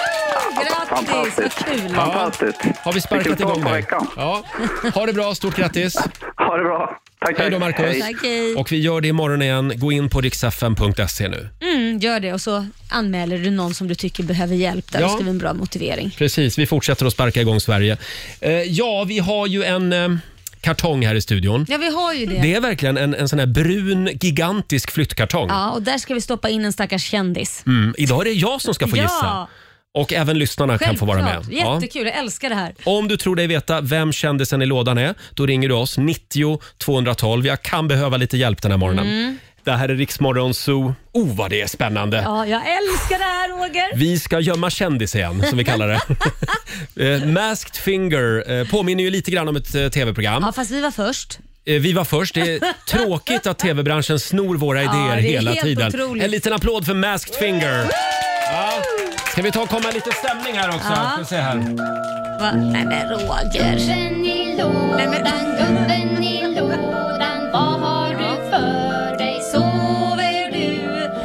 Grattis, vad Fantastiskt. kul. Fantastiskt. Har vi sparkat Vilken igång start på dig? veckan. Ja. Ha det bra, stort grattis. Ha det bra. Tack, Hej då tack. Marcus. Tack, hej. Och vi gör det imorgon igen. Gå in på riksfn punkt se nu. Mm, gör det och så anmäler du någon som du tycker behöver hjälp. Där Ja. ja. skriver en bra motivering. Precis, vi fortsätter att sparka igång Sverige. Eh, ja, vi har ju en eh, kartong här i studion. Ja, vi har ju det. Det är verkligen en, en sån här brun, gigantisk flyttkartong. Ja, och där ska vi stoppa in en stackars kändis. Mm, idag är det jag som ska få Ja. gissa. Och även lyssnarna kan få vara med. Självklart. Jättekul, jag älskar det här. Om du tror dig veta vem kändisen i lådan är, då ringer du oss nittio tvåhundratolv. Jag kan behöva lite hjälp den här morgonen. Mm. Det här är Riksmorgon Zoo. Oh, vad det är spännande. Ja, jag älskar det här, Roger. Vi ska gömma kändis igen, som vi kallar det. Eh, Masked Finger eh, påminner ju lite grann om ett eh, tv-program. Ja, fast vi var först. Eh, Vi var först. Det är tråkigt att tv-branschen snor våra idéer Ja, det är hela helt tiden. otroligt. En liten applåd för Masked Finger. Ja. Ska vi ta och komma lite stämning här också? Ja. Ska se här. Va? Nej men Roger. Gubben i lådan, gubben i lådan, vad har du för dig? Sover du?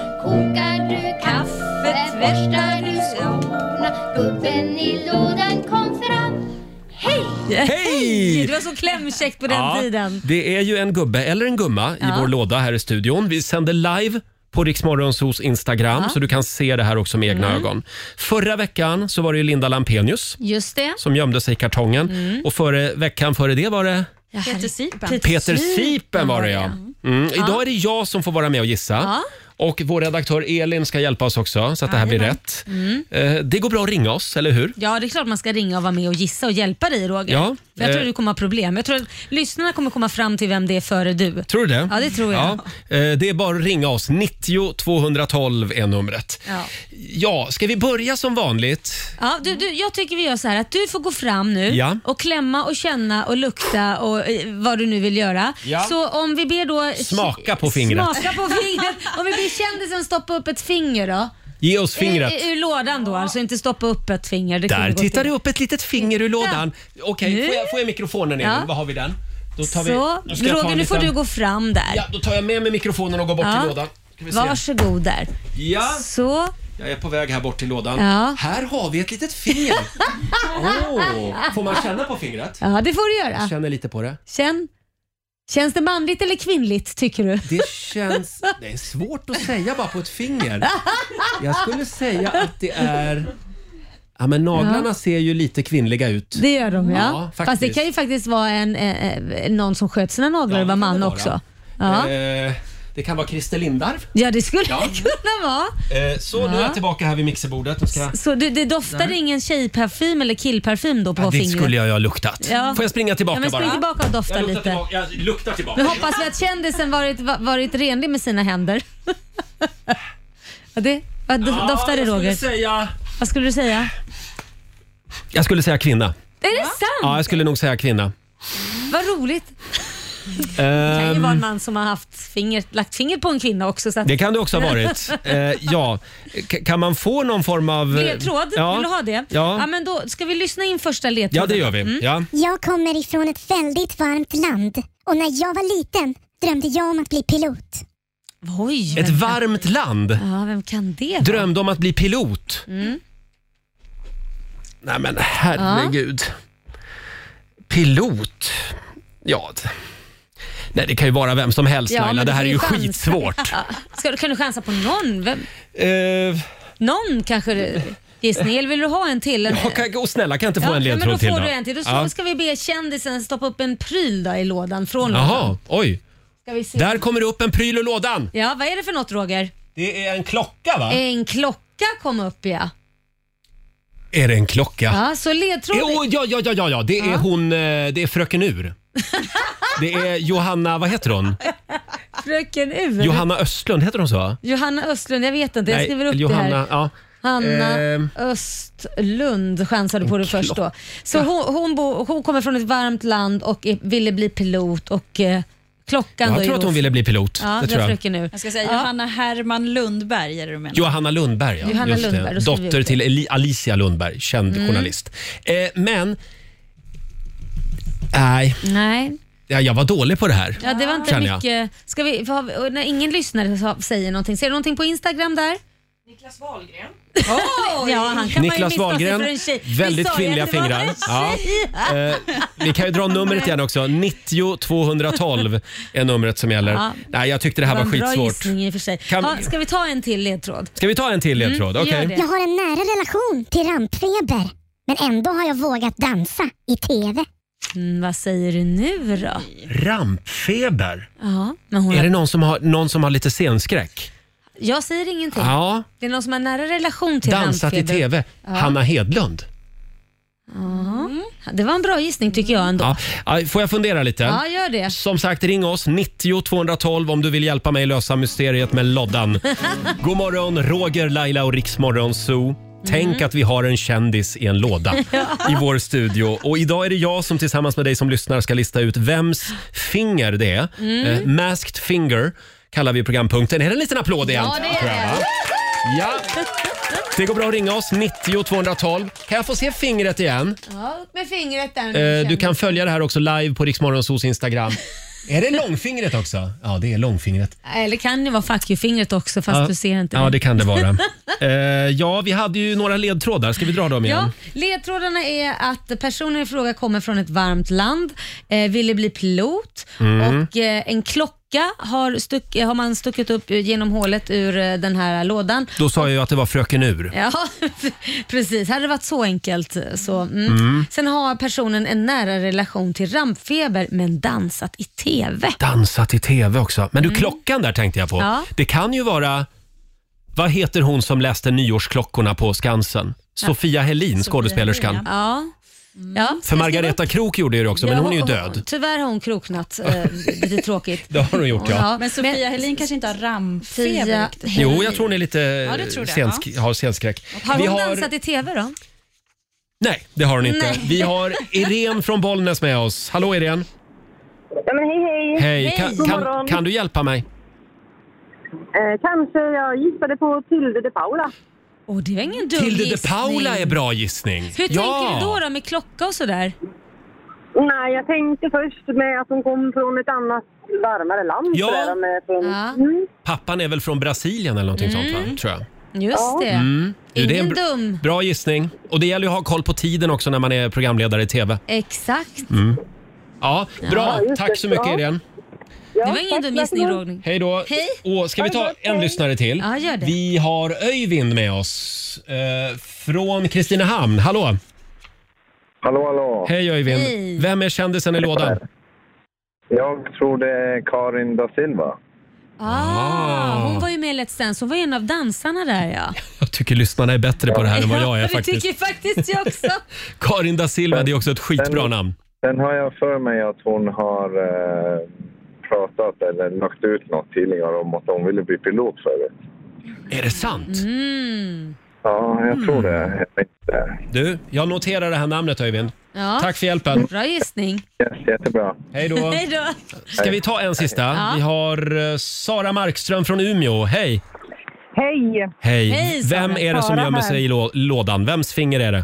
Kokar du kaffet? Borstar du skorna? Gubben i lådan, kom fram. Hej! Hej! Det var så klämkäckt på den Ja, tiden. det är ju en gubbe eller en gumma i Ja. vår låda här i studion. Vi sänder live på Riksmorgonsos Instagram Ja. så du kan se det här också med egna Mm. ögon. Förra veckan så var det ju Linda Lampenius Just det. som gömde sig i kartongen. Mm. Och före veckan före det var det Ja, Peter Sipen. Peter Sipen var det ja. Mm. Idag är det jag som får vara med och gissa. Ja. Och vår redaktör Elin ska hjälpa oss också så att det här blir Jajamän. rätt. Mm. Eh, Det går bra att ringa oss, eller hur? Ja, det är klart man ska ringa och vara med och gissa och hjälpa dig, Roger. Ja, För jag tror eh. du kommer ha problem. Jag tror att lyssnarna kommer komma fram till vem det är före du. Tror du det? Ja, det tror jag. Ja, eh, det är bara att ringa oss. nittio tvåhundratolv är numret. Ja. Ja, ska vi börja som vanligt? Ja, du, du, jag tycker vi gör så här att du får gå fram nu Ja. och klämma och känna och lukta och eh, vad du nu vill göra. Ja. Så om vi ber då... Smaka på fingret. Smaka på fingret. Om vi ber vi kändisen stoppa upp ett finger då? Ge oss fingret. I, ur lådan då, alltså inte stoppa upp ett finger. Det Där tittar du upp ett litet finger ur lådan. Okej, okay, får, jag, får jag mikrofonen igen? Ja. Vad har vi den? Då tar vi, så, Roger, nu får du gå fram där. Ja, då tar jag med mig mikrofonen och går bort ja. till lådan. Varsågod där. Ja. Så. Jag är på väg här bort till lådan. Ja. Här har vi ett litet finger. Oh, får man känna på fingret? Ja, det får du göra. Jag känner lite på det. Känn. Känns det manligt eller kvinnligt, tycker du? Det känns... Det är svårt att säga bara på ett finger. Jag skulle säga att det är... Ja, men naglarna ja. ser ju lite kvinnliga ut. Det gör de, ja. ja Fast det kan ju faktiskt vara en, eh, någon som sköt sina naglar ja, och var man också. Ja. Eh, det kan vara Christer Lindarw. Ja, det skulle ja. det kunna vara. Eh, så ja. nu är jag tillbaka här vid mixerbordet. Ska... Så det, det doftar där. Ingen tjejparfym eller killparfym då på ja, det fingret? Det skulle jag ju ha luktat. Ja. Får jag springa tillbaka ja, men spring bara? tillbaka och dofta jag lite. Tillbaka. Jag luktar tillbaka. Nu hoppas vi att kändisen varit, varit renlig med sina händer. ja, det, vad ja, doftar det, Roger? Jag skulle säga... Vad skulle du säga? Jag skulle säga kvinna. Är det sant? Ja, jag skulle nog säga kvinna. Vad roligt. Det kan ju vara en man som har haft finger, lagt finger på en kvinna också. Så att... Det kan det också ha varit. eh, ja. K- kan man få någon form av... Ledtråd? Ja. Vill du ha det? Ja. ja. Men då ska vi lyssna in första ledtråden. Ja, det gör vi. Mm. Ja. Jag kommer ifrån ett väldigt varmt land. Och när jag var liten drömde jag om att bli pilot. Oj, ett varmt kan... land? Ja, vem kan det vara? Drömde om att bli pilot? Mm. Nej men herregud. Ja. Pilot? Ja... Nej, det kan ju vara vem som helst, ja, Laila. Det här är ju chansa. skitsvårt. Ska du, kan du chansa på någon? Vem? Uh, någon kanske... Ge snäll, vill du ha en till? En... Ja, kan, och snälla, kan inte få ja, en ledtråd till då? till Får då? du en till. Då ja. ska vi be kändisen stoppa upp en pryl då i lådan från Jaha, lådan. oj. Ska vi se. Där kommer det upp en pryl ur lådan. Ja, vad är det för något, Roger? Det är en klocka, va? En klocka kom upp, ja. Är det en klocka? Ja, så ledtråd... Oh, ja, ja, ja, ja, ja. Det är ja. hon, det är Fröken Ur. Det är Johanna, vad heter hon? Fröken Ur. Johanna Östlund, heter hon så? Johanna Östlund, jag vet inte. Jag skriver upp Johanna, det här. Ja. Hanna eh, Östlund chansade på det först då. Så hon, hon, bo, hon kommer från ett varmt land och är, ville bli pilot och eh, klockan jag då tror att hon ville bli pilot. Ja, det tror jag. Fröken Ur. Jag ska säga ja. Johanna Herman Lundberg är det du menar. Johanna Lundberg, ja. Johanna Just Lundberg, det. Dotter till Eli- Alicia Lundberg, känd mm. journalist. Eh, men... Nej. Nej. Ja, jag var dålig på det här. Ja, det var inte mycket. Ska vi, för, när ingen lyssnare säger någonting. Ser du någonting på Instagram där? Niklas Wahlgren. Oh, ja, han kan Niklas Wahlgren, väldigt kvinnliga fingrar. Ja. Eh, vi kan ju dra numret igen också. nittio tvåhundratolv är numret som gäller. Ja. Nej, jag tyckte det här det var, var skitsvårt. I och för sig. Kan... Ja, ska vi ta en till ledtråd? Ska vi ta en till ledtråd? Mm, okay. Jag har en nära relation till rampfeber. Men ändå har jag vågat dansa i tv. Mm, vad säger du nu då? Rampfeber? Ja, men hon är har... det någon som har, någon som har lite scenskräck? Jag säger ingenting. Ja. Det är någon som har nära relation till dansat rampfeber. i tv. Ja. Hanna Hedlund. Mm. Det var en bra gissning tycker jag ändå. Ja. Får jag fundera lite? Ja, gör det. Som sagt, ring oss nittio tvåhundratolv om du vill hjälpa mig lösa mysteriet med loddan. God morgon, Roger, Laila och Riksmorgon Zoo. Tänk mm. att vi har en kändis i en låda i vår studio. Och idag är det jag som tillsammans med dig som lyssnar ska lista ut vems finger det är. Mm. Eh, Masked Finger kallar vi programpunkten. Är det en liten applåd igen? Ja, det är det. Ja. Det går bra att ringa oss, nittio tvåhundratolv. Kan jag få se fingret igen? Ja, upp med fingret där. Eh, du kan följa det här också live på Riksmorgonsos Instagram. Är det långfingret också? Ja, det är långfingret. Eller kan det vara fuck you-fingret också fast ja. du ser inte det. Ja, det kan det vara. eh, ja, vi hade ju några ledtrådar. Ska vi dra dem igen? Ja, ledtrådarna är att personen i fråga kommer från ett varmt land, eh, ville bli pilot mm. och eh, en klocka har, stuck, har man stuckit upp genom hålet ur eh, den här lådan. Då sa jag ju att det var Fröken Ur. Ja, precis. Hade det varit så enkelt så. Mm. Mm. Sen har personen en nära relation till rampfeber men dansat i tv. Dansat i tv också. Men du, Mm. klockan där tänkte jag på. Ja. Det kan ju vara... Vad heter hon som läste nyårsklockorna på Skansen? Ja. Sofia Helin, skådespelerskan. Ja. Ja. För Margareta Krok gjorde det också, men Ja, hon är ju död. Tyvärr har hon kroknat. Eh, lite tråkigt. Det har hon gjort, ja. Ja, men Sofia men, Helin kanske inte har rampfeber. Jo, jag tror hon är lite ja, det sensk- ja. har scenskräck. Har hon Vi har... dansat i tv då? Nej, det har hon inte. Nej. Vi har Irene från Bollnäs med oss. Hallå Irene. Ja, men hej, hej. Hej, kan, kan, kan du hjälpa mig? Eh, kanske jag gissade på Tilde de Paula. Åh, det är ingen dum Tilde gissning. de Paula är bra gissning. Hur ja. tänker du då, då med klocka och sådär? Nej, jag tänkte först med att hon kom från ett annat varmare land. Ja. Sådär, med från... Ja. Mm. Pappan är väl från Brasilien eller någonting Mm. sånt, va? Tror jag. Just det. Mm. Du, det är en Ingen br- dum. bra gissning. Och det gäller ju att ha koll på tiden också när man är programledare i T V. Exakt. Mm. Ja, bra. Ja, just Tack det. så mycket, Ja. Irene. Det var ingen dum gissning, Roger. Hej då. Hej. Och ska vi ta en lyssnare till? Ja, gör det. Vi har Öyvind med oss eh, från Kristinehamn. Hallå! Hallå, hallå. Hej Öyvind. Hej. Vem är kändisen i lådan? Jag tror det är Karin da Silva. Ah, hon var ju med i Let's Dance. Hon var en av dansarna där, ja. Jag tycker lyssnarna är bättre på det här än vad jag är det faktiskt. tycker faktiskt jag också. Karin da Silva, det är också ett skitbra Den- namn. Sen har jag för mig att hon har eh, pratat eller lagt ut något tidningar om att hon ville bli pilot förut. Är det sant? Mm. Ja, jag tror det. Jag tänkte. Du, jag noterar det här namnet Öyvind. Ja. Tack för hjälpen. Bra gissning. Yes, jättebra. Hej då. Hej då. Ska vi ta en sista? Ja. Vi har eh, Sara Markström från Umeå. Hej! Hej! Hej! Hej, Sara. Vem är det som Sara gömmer här. sig i lå- lådan? Vems finger är det?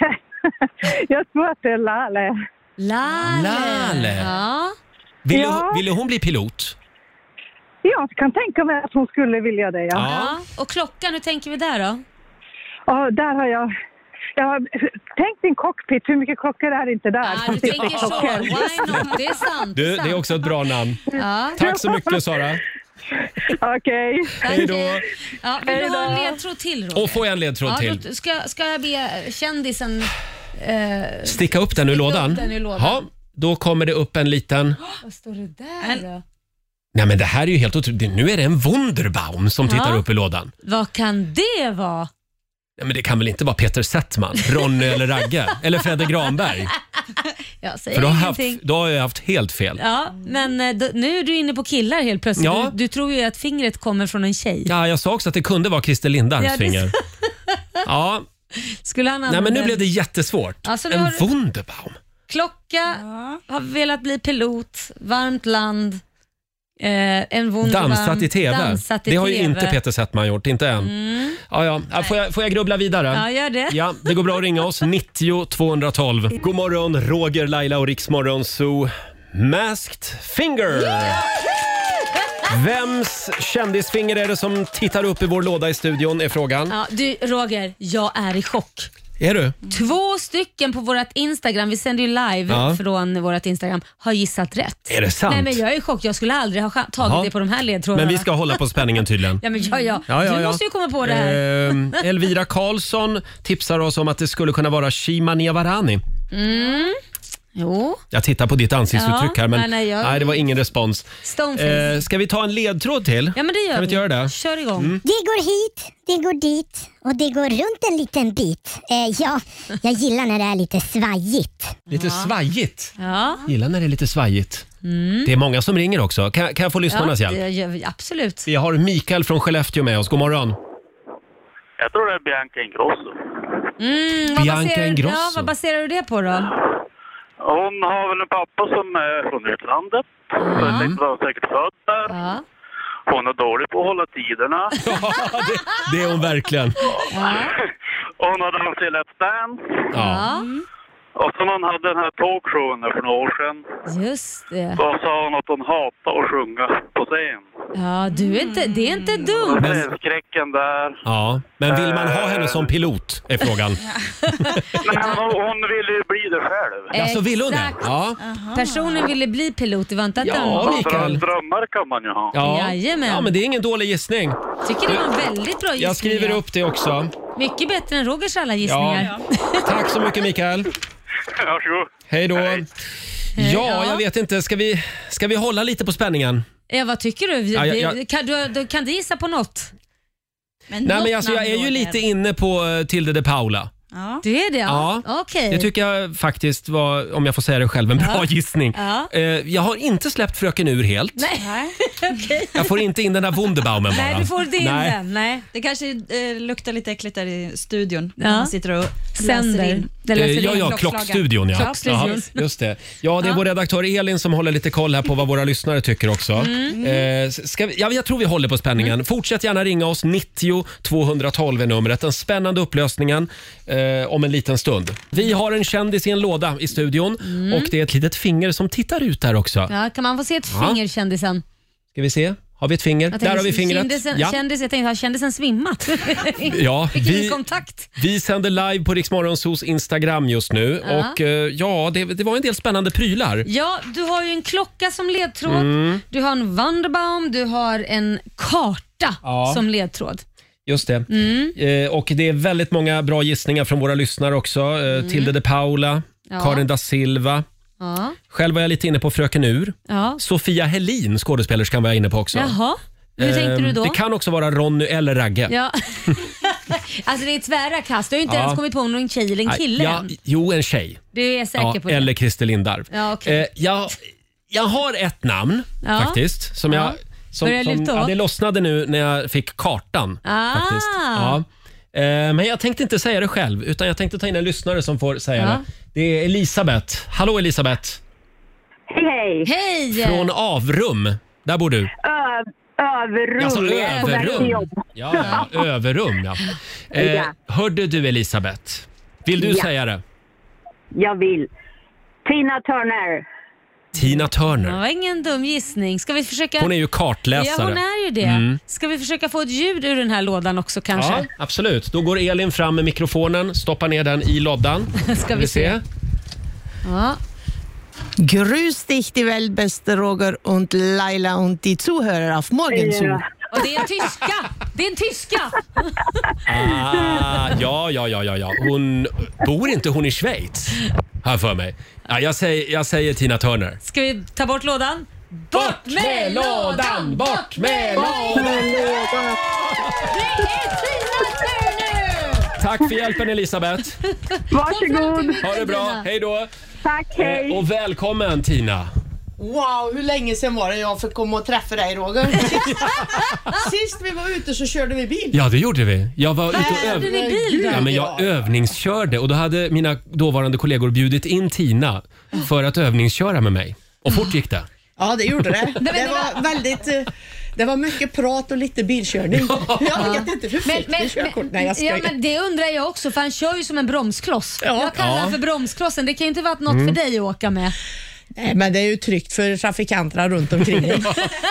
Jag tror att det är Lale. Lale. Lale. Ja. Ville, Ja. hon, ville hon bli pilot? Jag kan tänka mig att hon skulle vilja det, ja. Ja. Och klockan, hur tänker vi där då? Ja, där har jag... Jag har tänkt din cockpit. Hur mycket klockor är det inte där? Ja, du tänker så. Why not? Det är sant. Du, det är också ett bra namn. Ja. Tack så mycket Sara. Okej. Hej då. Ja, vill du ha en ledtråd till, Roger? Och får jag en ledtråd Ja, till? då ska, ska jag be kändisen... Eh, Sticka upp den ur Sticka upp lådan? den ur lådan. Ja, då kommer det upp en liten... vad står det där då? Nej men det här är ju helt otroligt. Nu är det en Wunderbaum som tittar Ja. upp i lådan. Vad kan det vara? Nej, men det kan väl inte vara Peter Settman, Ronny eller Ragge eller Fredde Granberg? Jag säger För då har, jag haft, ingenting. då har jag haft helt fel. Ja, men eh, då, nu är du inne på killar helt plötsligt. Ja. Du, du tror ju att fingret kommer från en tjej. Ja, jag sa också att det kunde vara Christer Lindarws Ja, det- finger. Ja, Skulle han nej men nu använda- blev det jättesvårt. Alltså, nu en har du- Wunderbaum. Klocka, har velat bli pilot, varmt land, eh, en Wunderbaum. Dansat i T V. Dansat i det har ju T V. inte Peter Settman gjort, inte än. Mm. Ja, ja. Ja, får, jag, får jag grubbla vidare? Ja, gör det. Ja, det går bra att ringa oss. nittio tvåhundratolv. God morgon, Roger, Laila och Riksmorgon Zoo. Masked Finger! Vems kändisfinger är det som tittar upp i vår låda i studion är frågan. Ja, du Roger, jag är i chock. Är du? Två stycken på vårt Instagram, vi sänder ju live Ja. från vårt Instagram, har gissat rätt. Är det sant? Nej men jag är i chock, jag skulle aldrig ha cha- tagit Jaha. det på de här ledtrådarna. Men vi ska hålla på spänningen tydligen. Ja men ja, ja. Ja, ja, du ja. måste ju komma på det här. Ehm, Elvira Karlsson tipsar oss om att det skulle kunna vara Shima Niavarani. Mm. Jo. Jag tittar på ditt ansiktsuttryck Ja, här men nej, nej, jag- nej, det var ingen respons. Stoneface. Eh, ska vi ta en ledtråd till? Ja men det gör Kan vi inte göra det? Kör igång. Mm. Det går hit, det går dit och det går runt en liten bit. Eh, ja, jag gillar när det är lite svajigt. Lite svajigt. Ja. Gillar när det är lite svajigt. Mm. Det är många som ringer också. Kan, kan jag få lyssnarnas ja, hjälp? det gör vi, absolut. Vi har Mikael från Skellefteå med oss. God morgon. Jag tror det är Bianca Ingrosso. Mm, vad Bianca baserar, Ingrosso. Ja, vad baserar du det på då? Hon har väl en pappa som är från utlandet. Så jag tänkte var säkert född där. Ja. Hon är dålig på att hålla tiderna. Det är hon verkligen. Hon har dansat i Let's Dance. Ja. Och så hon hade den här talkshowen där för några år sedan. Just det. Då sa hon att hon hatar att sjunga på scen. Ja, du är inte, det är inte dumt. Och skräcken där. Ja, men vill man ha henne som pilot är frågan. Nej, men hon, hon ville ju bli det själv. Ja, så vill hon det? Exakt. Ja. Personen ville bli pilot, det var inte att Ja, den... Mikael. Drömmar kan man ju ha. Ja. Jajamän. ja, men det är ingen dålig gissning. Tycker det var en väldigt bra gissning. Jag skriver ja. upp det också. Mycket bättre än Rogers alla gissningar. Tack så mycket Mikael. Varsågod. Hej då. Ja, Ja. jag vet inte. Ska vi, ska vi hålla lite på spänningen? Ja, vad tycker du? Ja, ja, ja. Kan, du, du? Kan du gissa på något? Men Nej, något men alltså, jag är namn, ju Roger. lite inne på uh, Tilde de Paula. Ja. Du är det? Ja. Okej. Det tycker jag faktiskt var, om jag får säga det själv, en bra Ja. gissning. Ja. Eh, jag har inte släppt Fröken Ur helt. Nej. Okej. Jag får inte in den här Wunderbaumen bara. Nej, du får inte in Nej. den. Nej. Det kanske eh, luktar lite äckligt där i studion Ja. när man sitter och Sänder. läser in. Det läser ja, vi ja, klockslagen. klockstudion. Ja. Klockstudion. Ja, just det. Ja, det är vår redaktör Elin som håller lite koll här på vad våra lyssnare tycker också. Mm. Eh, ska vi, ja, jag tror vi håller på spänningen. Mm. Fortsätt gärna ringa oss. nittio tvåhundratolv är numret. Den spännande upplösningen eh, om en liten stund. Vi har en kändis i en låda i studion Mm. och det är ett litet finger som tittar ut där också. Ja, kan man få se ett Ja. finger, kändisen? Ska vi se? Har vi ett finger? Jag tänkte, Där har vi fingret. Kändisen, Ja. kändis, jag tänkte, har kändisen svimmat? Ja, Fick vi- ingen kontakt. Vi sänder live på Rix Morgonzos Instagram just nu Ja. och eh, ja, det, det var en del spännande prylar. Ja, du har ju en klocka som ledtråd, Mm. du har en Wunderbaum, du har en karta Ja. som ledtråd. Just det. Mm. Eh, och det är väldigt många bra gissningar från våra lyssnare också. Eh, Tilde de Paula, Ja. Karin da Silva. Ja. Själv var jag lite inne på Fröken Ur. Ja. Sofia Helin, skådespelerskan, var jag inne på också. Jaha, hur tänkte du då? Det kan också vara Ronny eller Ragge. Ja. Alltså det är tvära kast. Du har ju inte Ja. ens kommit på någon tjej eller en Nej, kille ja, än. jo, en tjej. Du är säker Ja, på det? eller Christer Lindarw. Ja, okej. Eh, jag, jag har ett namn Ja. faktiskt. Som Ja. jag, som, Börjar som, luta ja, åt. det lossnade nu när jag fick kartan. Ah. Faktiskt. Ja. Eh, men jag tänkte inte säga det själv, utan jag tänkte ta in en lyssnare som får säga Ja. det. Det är Elisabeth. Hallå Elisabeth. Hej, hej! Hej! Från Avrum. Där bor du. Ö- överrum. Alltså Jag är på väg till Överrum. jobb. Ja, ja, Överrum ja. Eh, Ja. hörde du Elisabeth? Vill du Ja. säga det? Jag vill. Tina Turner. Tina Det Turner. var ingen dum gissning. Ska vi försöka... Hon är ju kartläsare. Ja, hon är ju det. Mm. Ska vi försöka få ett ljud ur den här lådan också kanske? Ja, absolut. Då går Elin fram med mikrofonen, stoppar ner den i loddan. Ska vi se. Ja. Grüß dich die Welt, beste Roger und Laila und die Zuhörer auf Morgensol. Och det är en tyska! Det är en tyska! Ah, ja, ja, ja, ja, ja. Hon bor inte hon i Schweiz? Här för mig. Ja, jag, säger, jag säger Tina Turner. Ska vi ta bort lådan? Bort med lådan! Bort med lådan! Det är Tina Turner! Tack för hjälpen Elisabeth. Varsågod. Ha det bra. Hej då. Tack, hej. Eh, Och välkommen Tina. Wow, hur länge sedan var det jag fick komma och träffa dig, Roger? Sist vi var ute så körde vi bil. Ja, det gjorde vi. Jag var ute och Körde öv... ni bil då? Ja, men jag övningskörde och då hade mina dåvarande kollegor bjudit in Tina för att övningsköra med mig. Och fort gick det. Ja, det gjorde det. men Det det var väldigt... eh, Det var mycket prat och lite bilkörning. Jag vet inte hur Men, fick men, du körkort? Nej, jag ja, skojar. men det undrar jag också, för han kör ju som en bromskloss. Ja. Jag kallar Ja. honom för bromsklossen. Det kan ju inte vara något Mm. för dig att åka med. Nej, men det är ju tryggt för trafikanterna runt omkring dig.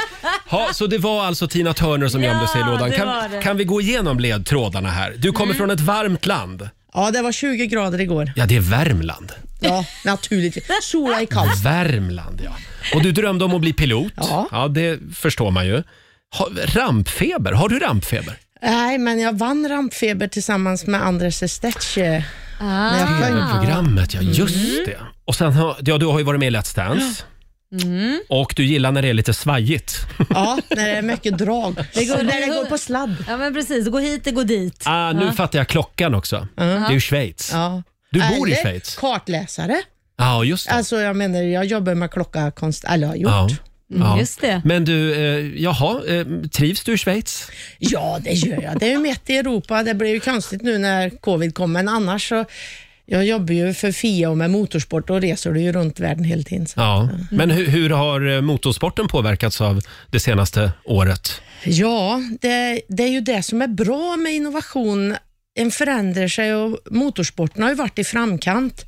Ha, så det var alltså Tina Turner som Ja, gömde sig i lådan. det var Kan, det. kan vi gå igenom ledtrådarna här? Du kommer från ett varmt land. Ja, det var tjugo grader igår. Ja, det är Värmland. Ja, naturligtvis. Sola är kallt. Värmland, ja. Och du drömde om att bli pilot. Ja. Ja, det förstår man ju. Ha, rampfeber, har du rampfeber? Nej, men jag vann rampfeber tillsammans med Andres Estetche. När jag sjöng. Programmet, ja just det. Och sen har, ja, du har ju varit med i Let's Dance. Mm. Och du gillar när det är lite svajigt. Ja, när det är mycket drag. Det går- Så när det går på sladd. Ja, men precis. Gå hit och gå dit. Ah, nu Ja. fattar jag klockan också. Det är ju Schweiz. Ja. Du bor i Eller Schweiz. kartläsare. Ja, just det. Alltså jag menar, jag jobbar med klocka konst, eller har gjort. Ja. Mm, Ja. just det. Men du, eh, jaha, eh, trivs du i Schweiz? Ja, det gör jag. Det är ju mitt i Europa. Det blir ju konstigt nu när covid kom, men annars så jag jobbar ju för F I A och med motorsport och reser ju runt världen hela tiden. Så. Ja. Men hur, hur har eh, motorsporten påverkats av det senaste året? Ja, det, det är ju det som är bra med innovation. En förändrar sig och motorsporten har ju varit i framkant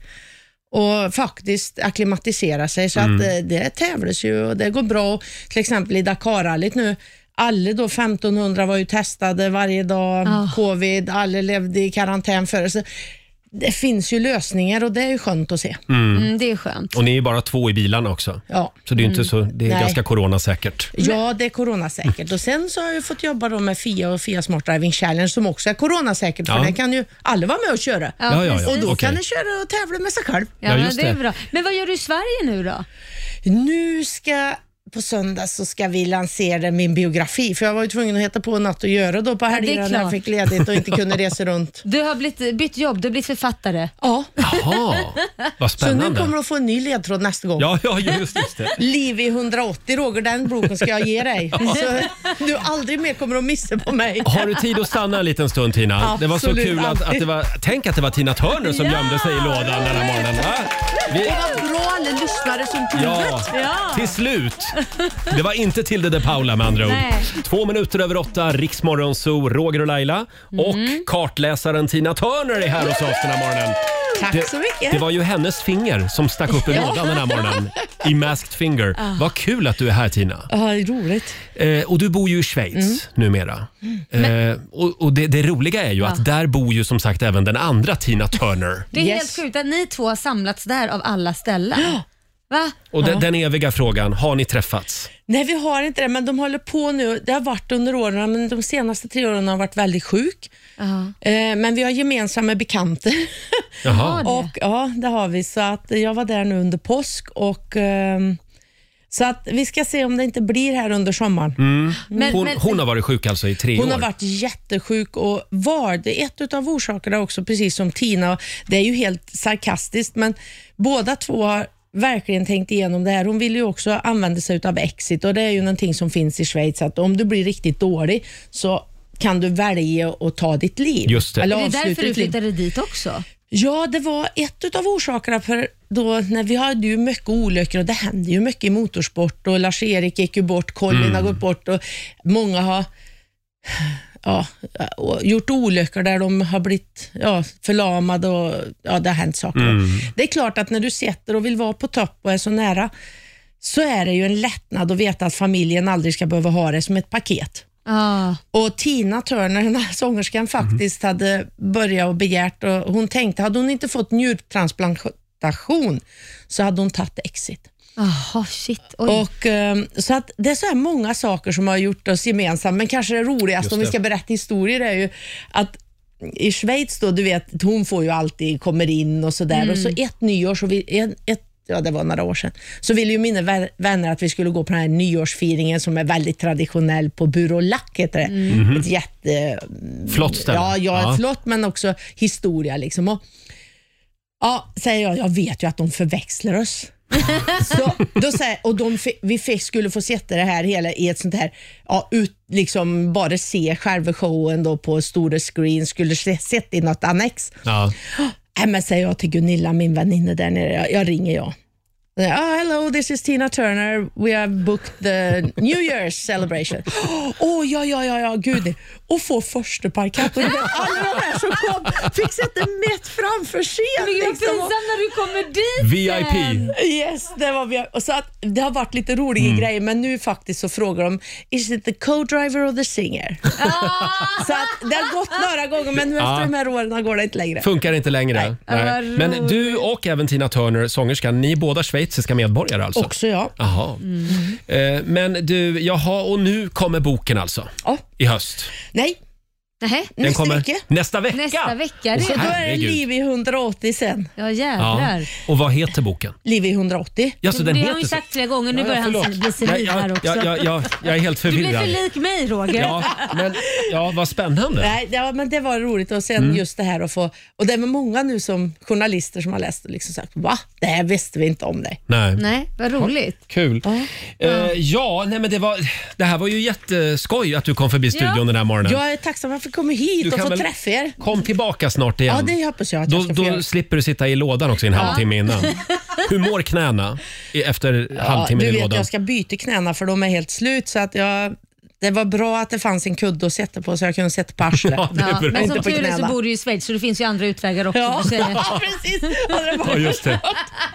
och faktiskt akklimatisera sig så Mm. att det, det tävlas ju och det går bra. Till exempel i Dakarrallyt nu, alla då femtonhundra var ju testade varje dag, Ah. covid, alla levde i karantän för så det finns ju lösningar och det är ju skönt att se. Mm, det är skönt. Och ni är bara två i bilarna också. Ja. Så det är inte så, det är Nej. ganska coronasäkert. Ja, det är coronasäkert. Och sen så har jag fått jobba då med F I A och F I A Smart Driving Challenge som också är coronasäkert. Ja. För det kan ju alla vara med och köra. Ja, ja, ja. Och då Okej. kan du köra och tävla med sig själv. Ja, Ja, men just det är det. bra. Men vad gör du i Sverige nu då? Nu ska på söndag så ska vi lansera min biografi. För jag var ju tvungen att hitta på något att göra då på helgerna när jag fick ledigt och inte kunde resa runt. Du har blivit, bytt jobb, du har blivit författare. Ja. Jaha, vad spännande. Så nu kommer du att få en ny ledtråd nästa gång. Ja, ja just, just det. Liv i hundraåttio, Roger, den boken ska jag ge dig. Så du aldrig mer kommer att missa på mig. Har du tid att stanna en liten stund, Tina? Absolut, det var så kul att, att det var, tänk att det var Tina Turner som Ja. gömde sig i lådan den här morgonen. Va? Vi, Det var bra alla lyssnare som tog ja, det. till slut. Det var inte Tilde de Paula med andra ord. Nej. Två minuter över åtta, Rix Morgon Zoo, Roger och Laila. Och Mm. kartläsaren Tina Turner är här hos oss den här morgonen. Tack det, så mycket. Det var ju hennes finger som stack upp ur Ja. lådan den här morgonen. I Masked Finger. Ah. Vad kul att du är här, Tina. Ja, det är roligt. Eh, och du bor ju i Schweiz Mm. numera. Eh, och och det, det roliga är ju att där bor ju som sagt även den andra Tina Turner. Det är helt sjukt att ni två har samlats där av alla ställen. Va? Och den, Ja. den eviga frågan, har ni träffats? Nej, vi har inte det, men de håller på nu. Det har varit under åren, men de senaste tre åren har varit väldigt sjuk. Eh, men vi har gemensamma bekanta. Jaha. och, ja, det har vi. Så att jag var där nu under påsk och ehm, så att vi ska se om det inte blir här under sommaren. Mm. Men- hon, men- hon har varit sjuk alltså i tre Hon år. har varit jättesjuk och var det ett av orsakerna också, precis som Tina. Det är ju helt sarkastiskt, men båda två har verkligen tänkt igenom det här. Hon vill ju också använda sig av Exit och det är ju någonting som finns i Schweiz, att om du blir riktigt dålig så kan du välja att ta ditt liv. Just det. Eller Är det avsluta därför du ditt liv. flyttade dit också? Ja, det var ett av orsakerna, för då när vi hade ju mycket olyckor och det hände ju mycket i motorsport och Lars-Erik gick ju bort, Colin Mm. har gått bort och många har ja, och gjort olyckor där de har blivit ja, förlamade och ja, det har hänt saker. Mm. Det är klart att när du sitter och vill vara på topp och är så nära så är det ju en lättnad att veta att familjen aldrig ska behöva ha det som ett paket. Ah. Och Tina Turner, den här sångerskan, faktiskt hade börjat och begärt och hon tänkte, hade hon inte fått njurtransplantation så hade hon tagit Exit. Jaha, shit. Oj. Och, um, så att det är så här många saker som har gjort oss gemensamma, men kanske det roligaste Just om vi det. ska berätta historier är ju att i Schweiz då, du vet, hon får ju alltid, kommer in och sådär Mm. och så ett nyår, så vi, en, ett, ja det var några år sedan, så ville ju mina vä- vänner att vi skulle gå på den här nyårsfiringen som är väldigt traditionell på Burolac heter det. Mhm. Ett jätte... Flott ställe. Ja, ja, Ja. flott men också historia liksom. Och, ja, säger jag, jag vet ju att de förväxlar oss. Så, då säger, och de, fi- vi fick, skulle få sätta det här hela i ett sånt här, ja, ut, liksom bara se själva showen då på stora screen, skulle se, sett i något annex. Ja. Nej, men säger jag till Gunilla, min väninna där nere, jag, jag ringer jag. Oh, hello, this is Tina Turner. We have booked the New Year's celebration. Oh, ja, ja, ja, ja, gud. Och få första parkett. Och alla de här som kom fick sätta mitt framför scen. Men gud, vad liksom. pinsamt när du kommer dit V I P. sen. Yes, det var vi. Och så att det har varit lite roliga Mm. grejer, men nu faktiskt så frågar de, is it the co-driver or the singer? Så att det har gått några gånger, men nu efter Ja. de här åren går det inte längre. Funkar inte längre. Nej. Nej. Vad Men du och även Tina Turner, sångerskan, ni är båda schweiziska medborgare alltså? Också ja. Jaha. Eh, men du, jaha, och nu kommer boken alltså? Ja. I höst? Nej, Nähä. Den nästa kommer vecka. nästa vecka? Nästa vecka Åh, Så redan. då är det herregud. Liv i hundraåttio sen. Ja, jävlar. Ja. Och vad heter boken? Liv i hundraåttio. Ja, så det den det heter har hon ju så. sagt flera gånger. Nu Ja, ja, börjar förlåt. han bli Nej, senil här jag, också. jag, jag, jag, jag är helt Du blir förvirrad. för lik mig, Roger. Ja, men ja, vad spännande. Nej, det var, men det var roligt och sen Mm. just det här att få, och det är många nu som journalister som har läst och liksom sagt, va? Det här visste vi inte om dig. Nej. Nej, vad roligt. Kul. Ja. Eh, ja, nej men det var det här var ju jätteskoj att du kom förbi studion Ja. den här morgonen. Jag är tacksam för att få komma hit Du och kan få väl- träffa er. Kom tillbaka snart igen. Ja, det hoppas jag att Då, jag ska få då göra. slipper du sitta i lådan också i en halvtimme innan. Hur mår knäna i- efter Ja, halvtimmen du i vet, lådan? jag ska byta knäna för de är helt slut, så att jag, det var bra att det fanns en kudde att sätta på så jag kunde sätta på arslet. Ja, det är Ja, bra. men Inte som på tur är så knäna. bor du i Schweiz så det finns ju andra utvägar också. Ja, Du säger. ja, precis. Ja, det var Ja, just det.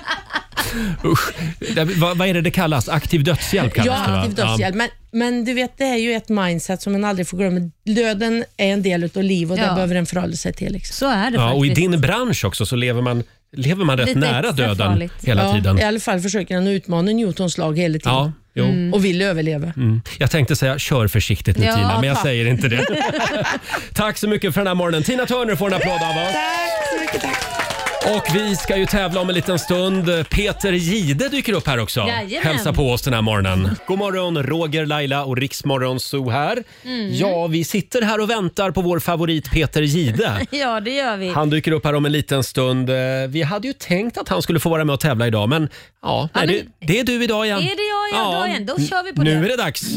Usch. Det, vad, vad är det det kallas? Aktiv dödshjälp kallas Ja, det va? aktiv dödshjälp. Men, men du vet, det är ju ett mindset som man aldrig får glömma. Döden är en del av liv och det Ja. behöver en förhålla sig till. Liksom. Så är det Ja, och i faktiskt. din bransch också så lever man, lever man rätt Lite nära extra döden farligt. hela ja, tiden. I alla fall försöker han utmana Newtons lag hela tiden. Ja, jo. Och vill överleva. Mm. Jag tänkte säga kör försiktigt nu Ja, Tina, men jag tack. säger inte det. Tack så mycket för den här morgonen. Tina Turner får en applåd av oss. Tack så mycket, tack. Och vi ska ju tävla om en liten stund. Peter Gide dyker upp här också. Jajamän. Hälsa på oss den här morgonen. God morgon, Roger, Laila och Riksmorgon Zoo här. Mm. Ja, vi sitter här och väntar på vår favorit Peter Gide. Ja, det gör vi. Han dyker upp här om en liten stund. Vi hade ju tänkt att han skulle få vara med och tävla idag, men ja, Ja, nej, men- det, det är du idag igen. Är det jag idag igen? Då kör vi på nu det. är det dags.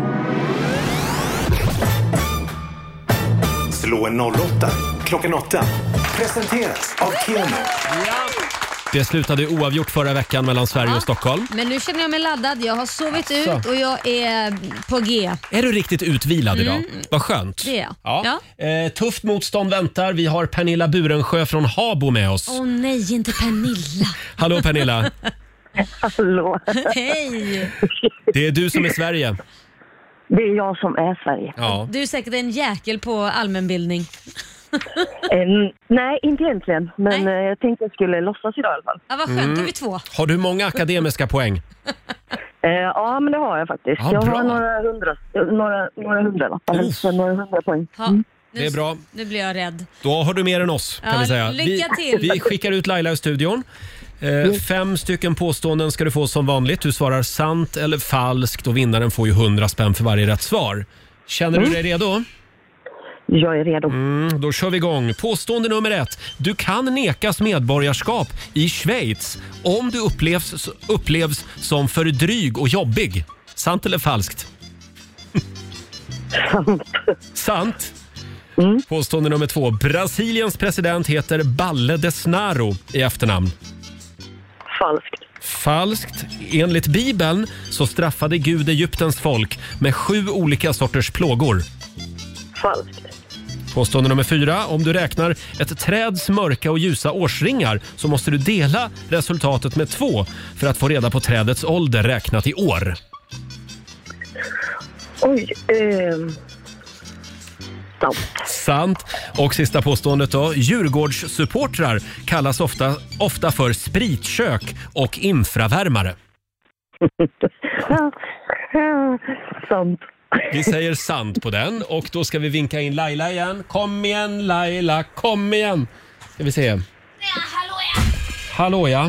Slå en noll åtta klockan åtta. Presenteras av Keno. Det slutade oavgjort förra veckan mellan Sverige Ja. och Stockholm. Men nu känner jag mig laddad. Jag har sovit Asså. ut och jag är på G. Är du riktigt utvilad Mm. idag? Vad skönt. Det är jag. Ja. Eh, tufft motstånd väntar. Vi har Pernilla Burensjö från Habo med oss. Åh nej, inte Pernilla. Hallå Pernilla. Hallå. Hej! Det är du som är Sverige. Det är jag som är Sverige. Ja. Du är säkert en jäkel på allmänbildning. Eh, nej, inte egentligen. Men eh, jag tänkte jag skulle låtsas idag i alla fall. Ja, vad skönt, Mm. då är vi två. Har du många akademiska poäng? Eh, ja, men det har jag faktiskt. Ja, jag bra. har några hundra, eh, några, några hundralappar. Eller några hundra poäng. Ja, Mm. nu, Det är bra. Nu blir jag rädd. Då har du mer än oss kan Ja, vi säga. lycka vi, till. vi skickar ut Laila i studion. Eh, fem stycken påståenden ska du få som vanligt. Du svarar sant eller falskt och vinnaren får ju hundra spänn för varje rätt svar. Känner du Mm. dig redo? Jag är redo. Mm, då kör vi igång. Påstående nummer ett. Du kan nekas medborgarskap i Schweiz om du upplevs, upplevs som för dryg och jobbig. Sant eller falskt? Sant. Sant. Mm. Påstående nummer två. Brasiliens president heter Balle de Snaro i efternamn. Falskt. Falskt. Enligt Bibeln så straffade Gud Egyptens folk med sju olika sorters plågor. Falskt. Påstående nummer fyra. Om du räknar ett träds mörka och ljusa årsringar så måste du dela resultatet med två för att få reda på trädets ålder räknat i år. Oj. Eh, sant. Sant. Och sista påståendet då. Djurgårdssupportrar kallas ofta, ofta för spritkök och infravärmare. Sant. Vi säger sant på den och då ska vi vinka in Laila igen. Kom igen Laila, kom igen. Ska vi se. Ja, hallå ja. Hallå ja.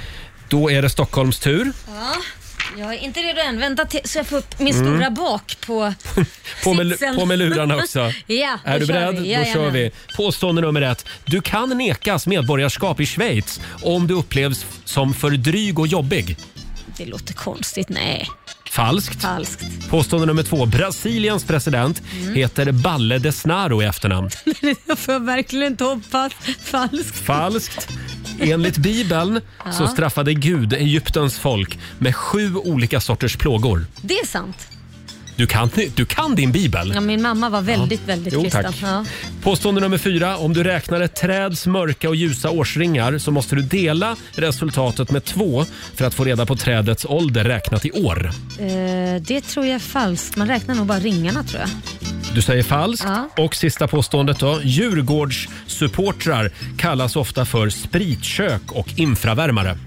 Då är det Stockholms tur. Ja, jag är inte redo än. Vänta till, så jag får upp min Mm. stora bak på På med, sitsen. på med lurarna också. Ja, då Är du kör beredd? vi. Då Jajamän. kör vi. Påstående nummer ett. Du kan nekas medborgarskap i Schweiz om du upplevs som för dryg och jobbig. Det låter konstigt. Nej. Falskt. Falskt. Påstående nummer två. Brasiliens president Mm. heter Balle de Snaro i efternamn. Det får jag verkligen inte hoppas. Falskt. Falskt. Enligt Bibeln Ja. så straffade Gud Egyptens folk med sju olika sorters plågor. Det är sant. Du kan, du kan din bibel. Ja, min mamma var väldigt, Ja. väldigt Jo, kristen. tack. Ja. Påstående nummer fyra. Om du räknar ett träds mörka och ljusa årsringar så måste du dela resultatet med två för att få reda på trädets ålder räknat i år. Eh, det tror jag är falskt. Man räknar nog bara ringarna tror jag. Du säger falskt. Ja. Och sista påståendet då. Djurgårdssupportrar kallas ofta för spritkök och infravärmare.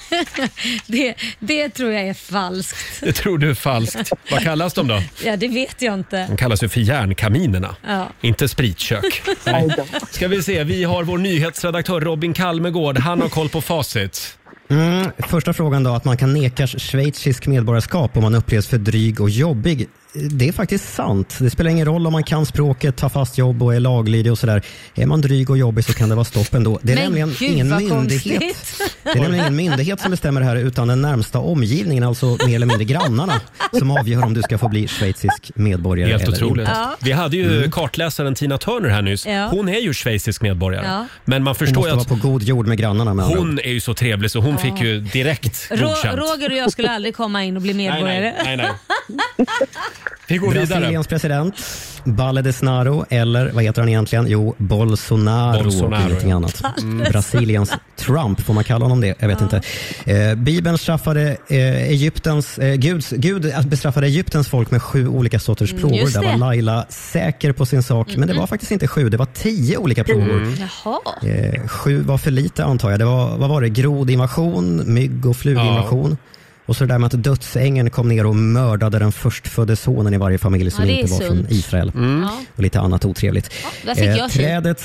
det, det tror jag är falskt. Det tror du är falskt. Vad kallas de då? Ja, det vet jag inte. De kallas ju för järnkaminerna. Ja. Inte spritkök. Nej. Ska vi se, vi har vår nyhetsredaktör Robin Kalmegård. Han har koll på facit. Mm, första frågan då, att man kan nekas schweizisk medborgarskap om man upplevs för dryg och jobbig. Det är faktiskt sant. Det spelar ingen roll om man kan språket, tar fast jobb och är laglydig och sådär. Är man dryg och jobbig så kan det vara stopp ändå. Det är Men nämligen gud, ingen vad myndighet. konstigt. Det är nämligen ingen myndighet som bestämmer det här utan den närmsta omgivningen, alltså mer eller mindre grannarna, som avgör om du ska få bli schweizisk medborgare Helt eller otroligt. inte. Ja. Vi hade ju Mm. kartläsaren Tina Turner här nyss. Ja. Hon är ju schweizisk medborgare. Ja. Men man Hon förstår måste ju vara att på god jord med grannarna med andra ord. hon är ju så trevlig så hon Ja. fick ju direkt Ro- godkänt. Roger och jag skulle aldrig komma in och bli medborgare. Nej, nej, nej, nej. Vi går vidare. Brasiliens president, Balle de Snaro, eller vad heter han egentligen? Jo, Bolsonaro, Bolsonaro, och ingenting ja. annat. Mm. Brasiliens Trump, får man kalla honom det? Jag vet Ja. inte. Eh, Bibeln straffade eh, Egyptens, eh, Guds, Gud bestraffade Egyptens folk med sju olika sorters Mm, plågor. just Där var det. Laila säker på sin sak, men det var faktiskt inte sju, det var tio olika plågor. Mm. Jaha. Eh, sju var för lite antar jag. Det var, vad var det? Grodinvasion, mygg- och fluginvasion. Och så det där med att dödsängeln kom ner och mördade den förstfödde sonen i varje familj som Ja, det är inte var sunt. från Israel. Ja. Och lite annat otrevligt. Ja, där fick jag tjuv. trädets,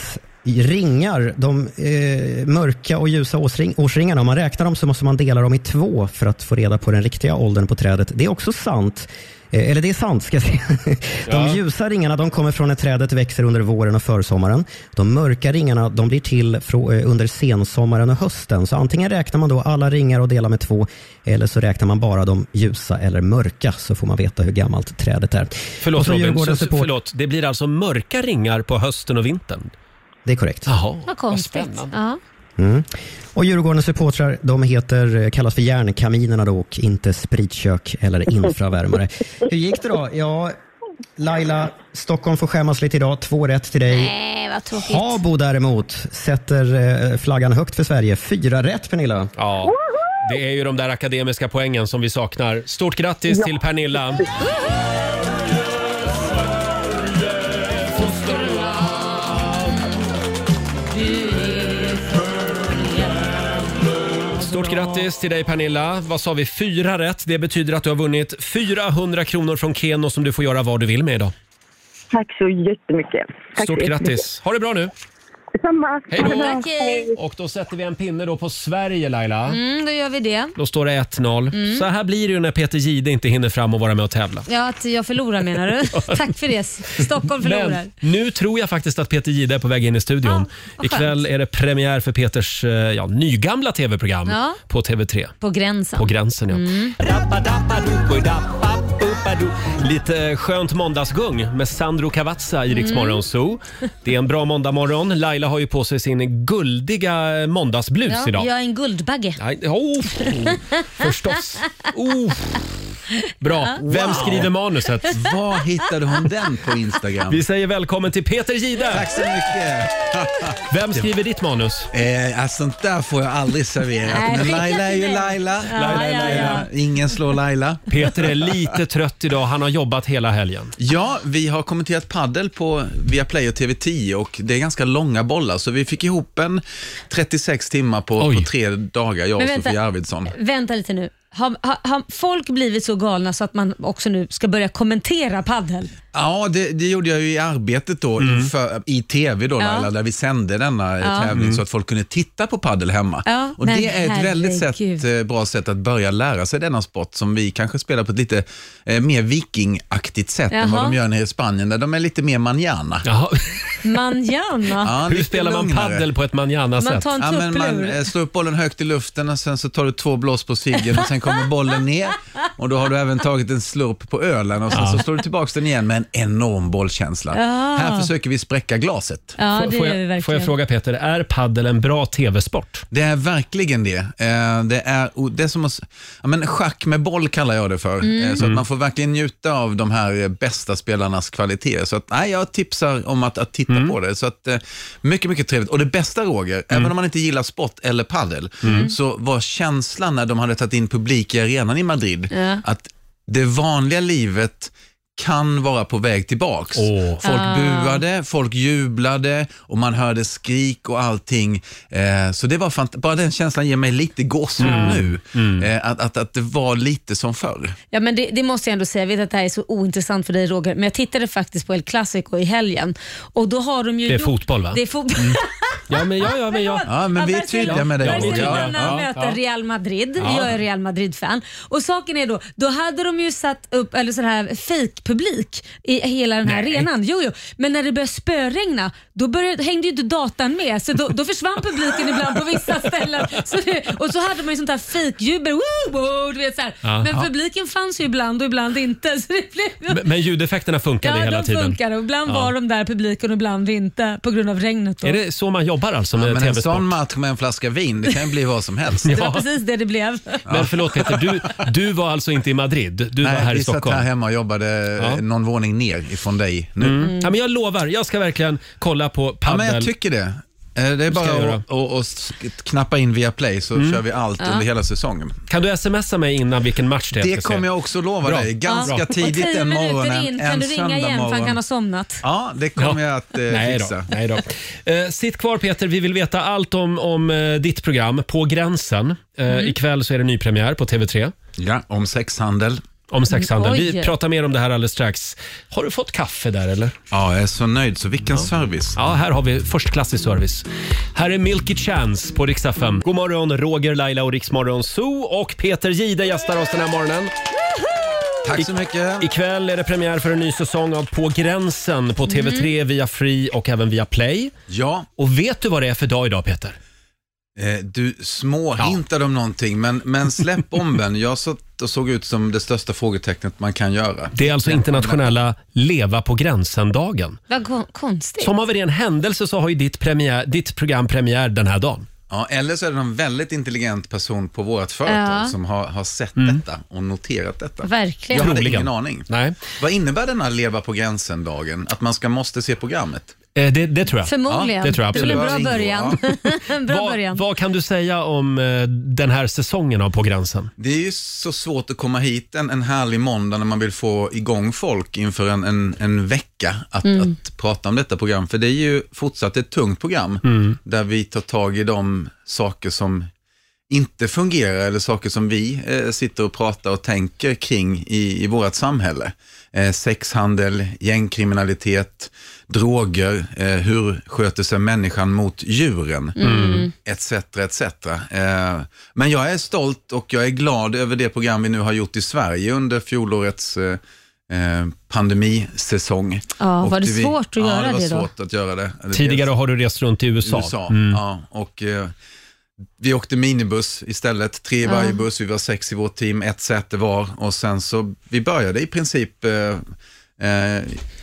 ringar, de eh, mörka och ljusa årsring, årsringarna, om man räknar dem så måste man dela dem i två för att få reda på den riktiga åldern på trädet. Det är också sant. Eh, eller det är sant, ska jag säga. De Ja. ljusa ringarna, de kommer från när trädet växer under våren och försommaren. De mörka ringarna, de blir till frå, eh, under sensommaren och hösten. Så antingen räknar man då alla ringar och delar med två, eller så räknar man bara de ljusa eller mörka, så får man veta hur gammalt trädet är. Förlåt Och så Robin, Djurgårdens så, support- förlåt. Det blir alltså mörka ringar på hösten och vintern? Det är korrekt. Jaha, Vad konstigt. Ja. Mm. Och Djurgårdens supportrar, de heter, kallas för järnkaminerna då, och inte spritkök eller infravärmare. Hur gick det då? Ja, Laila, Stockholm får skämmas lite idag. Två rätt till dig. Nej, vad tråkigt. Habo däremot sätter eh, flaggan högt för Sverige. Fyra rätt, Pernilla. Ja, det är ju de där akademiska poängen som vi saknar. Stort grattis Ja. till Pernilla. Stort grattis till dig Pernilla. Vad sa vi? Fyra rätt. Det betyder att du har vunnit fyrahundra kronor från Keno som du får göra vad du vill med idag. Tack så jättemycket. Tack Stort så grattis. Ha det bra nu. Detsamma. Hej då. Tack, hej. Och då sätter vi en pinne då på Sverige, Laila. Mm, då gör vi det. Då står det ett noll. Mm. Så här blir det ju när Peter Jihde inte hinner fram och vara med och tävla. Ja, att jag förlorar menar du? Tack för det. Stockholm förlorar. Men nu tror jag faktiskt att Peter Jihde är på väg in i studion. vad Ikväll är det premiär för Peters eh, ja, nygamla tv-program Ja. på T V tre. På gränsen. På gränsen, ja. Mm. Lite skönt måndagsgung med Sandro Cavazza i Rix Mm. Morgon Zoo. Det är en bra måndagmorgon. Laila har ju på sig sin guldiga måndagsblus Ja, idag. jag är en guldbagge. Nej, oh, förstås. Oh. Bra. Vem Wow. skriver manuset? Var hittade hon den på Instagram? Vi säger välkommen till Peter Jihde. Tack så mycket. Vem skriver ditt manus? Eh, alltså, sånt där får jag aldrig serverat. Nej, Men skicka Laila är till ju mig. Laila. Ja, Laila är ja, Laila. Ingen slår Laila. Peter är lite trött idag. Han har jobbat hela helgen. Ja, vi har kommenterat paddel på Viaplay och T V tio och det är ganska långa bollar. Så vi fick ihop en trettiosex timmar på, på tre dagar, jag och Men vänta. Sofia Arvidsson. Vänta lite nu. Har, har, har folk blivit så galna så att man också nu ska börja kommentera paddel? Ja, det, det gjorde jag ju i arbetet då inför, i tv då, Ja. Laila, där vi sände denna Ja. tävling Mm. så att folk kunde titta på paddel hemma. Ja, och men det är ett väldigt herregud. sätt, eh, bra sätt att börja lära sig denna sport som vi kanske spelar på ett lite eh, mer vikingaktigt sätt än vad Jaha. de gör nere i Spanien där de är lite mer manjana. Manjana. Ja, Hur lite spelar man lugnare. paddel på ett manjana-sätt? Man tar en Ja, men man tupplur. eh, slår upp bollen högt i luften och sen så tar du två blås på ciggen och sen kommer bollen ner och då har du även tagit en slurp på ölen och sen Ja. så slår du tillbaka den igen med en enorm bollkänsla. Ja. Här försöker vi spräcka glaset. Ja, Får- det får, gör vi jag, verkligen. får jag fråga Peter, är paddel en bra tv-sport? Det är verkligen det. Eh, Det är, o- det är som att, ja, men schack med boll kallar jag det för. Mm. Eh, Så Mm. att man får verkligen njuta av de här eh, bästa spelarnas kvaliteter. Så att, nej, jag tipsar om att, att titta Mm. på det. Så att, eh, mycket, mycket trevligt. Och det bästa, Roger, även om man inte gillar sport eller paddel, Mm. så var känslan när de hade tagit in publik i arenan i Madrid, Ja. att det vanliga livet kan vara på väg tillbaks. Folk Ah. buade, folk jublade och man hörde skrik och allting. Eh, så det var fant- bara den känslan ger mig lite gåshud Mm. nu. Eh, att, att, att det var lite som förr. Ja, men det, det måste jag ändå säga. Jag vet att det här är så ointressant för dig Roger, men jag tittade faktiskt på El Clasico i helgen och då har de ju Det är gjort, fotboll, va? Det är fotboll. Ja, men ja, ja, men ja. Ja, men vi är tydliga med det. Ja, Roger. Barcelona Ja, möter ja. Real Madrid. Ja. Jag är Real Madrid-fan. Och saken är då, då hade de ju satt upp eller sån här fake-publik i hela den här Nej. arenan. Jo, jo. Men när det började spöregna, då började, hängde ju inte datan med. Så då, då försvann publiken ibland på vissa ställen. Så det, och så hade man ju sånt här fake-jubel. Woo, woo, du vet, så här. Ja. Men Ja. publiken fanns ju ibland och ibland inte. Så det blev... Men, men ljudeffekterna funkade Ja, hela de tiden. funkar och ibland Ja. var de där publiken och ibland inte på grund av regnet. Då. Är det så man jobbar alltså med Ja, men en tv-sport? sån match med en flaska vin, det kan ju bli vad som helst. Det var precis det det blev. Men förlåt Peter, du, du var alltså inte i Madrid? Du Nej, var här i vi Stockholm? satt här hemma och jobbade Ja. eh, någon våning ner ifrån dig nu. Mm. Ja, men jag lovar, jag ska verkligen kolla på Ja, paddel. men jag tycker det. Eh, Det är Ska jag bara göra? att, att, att knappa in via Play så Mm. kör vi allt Ja. under hela säsongen. Kan du smsa mig innan vilken match det är? Det jag ska se? kommer jag också lova Bra. dig. Ganska Bra. tidigt och tio den minuter morgonen. in en kan du ringa igen för han söndag kan ha somnat. Ja, det kommer Ja. jag att eh, Nej fixa. då, nej då. Eh, sitt kvar Peter, vi vill veta allt om, om eh, ditt program På gränsen. Eh, Mm. Ikväll så är det nypremiär på T V tre. Ja, om sexhandel. om sexhandel. Oj. Vi pratar mer om det här alldeles strax. Har du fått kaffe där eller? Ja, jag är så nöjd. Så vilken service. Ja, här har vi förstklassig service. Här är Milky Chance på Rix F M. God morgon, Roger, Laila och Rix Morgon Zoo. Och Peter Jihde gästar oss den här morgonen. Tack så mycket. Ikväll är det premiär för en ny säsong av På gränsen på T V tre, via Free och även via Play. Ja. Och vet du vad det är för dag idag, Peter? Eh, du små hintade om någonting, men, men släpp bomben. Jag så, och såg ut som det största frågetecknet man kan göra. Det är alltså internationella Leva på gränsen-dagen. Vad kon- konstigt. Som av en händelse så har ju ditt, premiär, ditt program premiär den här dagen. Ja, eller så är det en väldigt intelligent person på vårt företag Ja. som har, har sett Mm. detta och noterat detta. Verkligen. Jag hade Troligen. ingen aning. Nej. Vad innebär den här Leva på gränsen-dagen? Att man ska måste se programmet? Eh, det, det tror jag. Förmodligen. Det tror jag Det blir absolut. en bra början. En bra Vad, början. vad kan du säga om eh, den här säsongen av På gränsen? Det är ju så svårt att komma hit en, en härlig måndag när man vill få igång folk inför en, en, en vecka att, Mm. att prata om detta program. För det är ju fortsatt ett tungt program Mm. där vi tar tag i de saker som inte fungerar eller saker som vi eh, sitter och pratar och tänker kring i, i vårt samhälle. Eh, sexhandel, gängkriminalitet, droger, eh, hur sköter sig människan mot djuren, Mm. etc. et cetera. Eh, men jag är stolt och jag är glad över det program vi nu har gjort i Sverige under fjolårets eh, eh, pandemisäsong. Ja, Och var det vi- svårt att ja, göra det var det då? svårt att göra det. Tidigare har du rest runt i U S A. U S A, Mm. ja. Och eh, vi åkte minibuss istället, tre i Ja. varje buss, vi var sex i vårt team, ett säte var och sen så, vi började i princip eh, eh,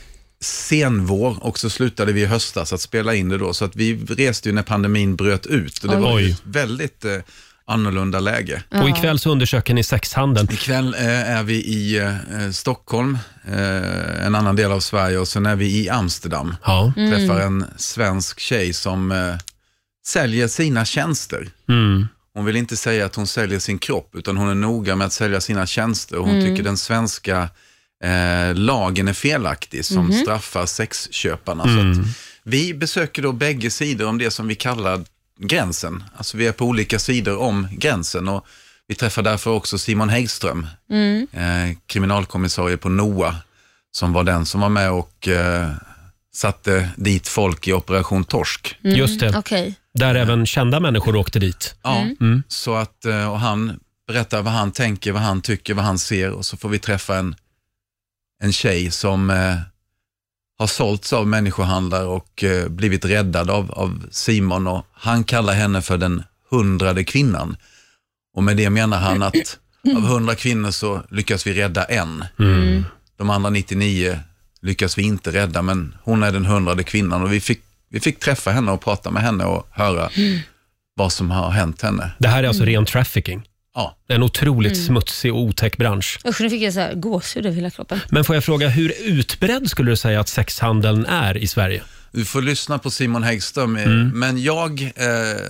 senvår och så slutade vi i höstas att spela in det då, så att vi reste ju när pandemin bröt ut och det Oj. var ju Oj. ett väldigt eh, annorlunda läge. Och ikväll så undersöker ni sexhandeln. Ikväll eh, är vi i eh, Stockholm, eh, en annan del av Sverige, och sen är vi i Amsterdam. Ja. Mm. Träffar en svensk tjej som eh, säljer sina tjänster. Mm. Hon vill inte säga att hon säljer sin kropp, utan hon är noga med att sälja sina tjänster. Och hon Mm. tycker den svenska eh, lagen är felaktig som Mhm. straffar sexköparna. Mm. Så att vi besöker då bägge sidor om det som vi kallar gränsen. Alltså vi är på olika sidor om gränsen, och vi träffar därför också Simon Häggström, Mm. eh, kriminalkommissarie på NOA, som var den som var med och eh, satte dit folk i Operation Torsk. Mm. Just det. Okej. Där även kända människor åkte dit. Ja, Mm. Mm. så att, eh, och han berättar vad han tänker, vad han tycker, vad han ser, och så får vi träffa en, en tjej som eh, har sålts av människohandlare och eh, blivit räddad av, av Simon, och han kallar henne för den hundrade kvinnan. Och med det menar han att av hundra kvinnor så lyckas vi rädda en. Mm. De andra nittionio lyckas vi inte rädda, men hon är den hundrade kvinnan, och vi fick, vi fick träffa henne och prata med henne och höra vad som har hänt henne. Det här är alltså ren trafficking. Ja. En otroligt Mm. smutsig och otäck bransch. Usch, nu fick jag så här gåshud över hela kroppen. Men får jag fråga, hur utbredd skulle du säga att sexhandeln är i Sverige? Du får lyssna på Simon Häggström, eh, Mm. men jag, eh,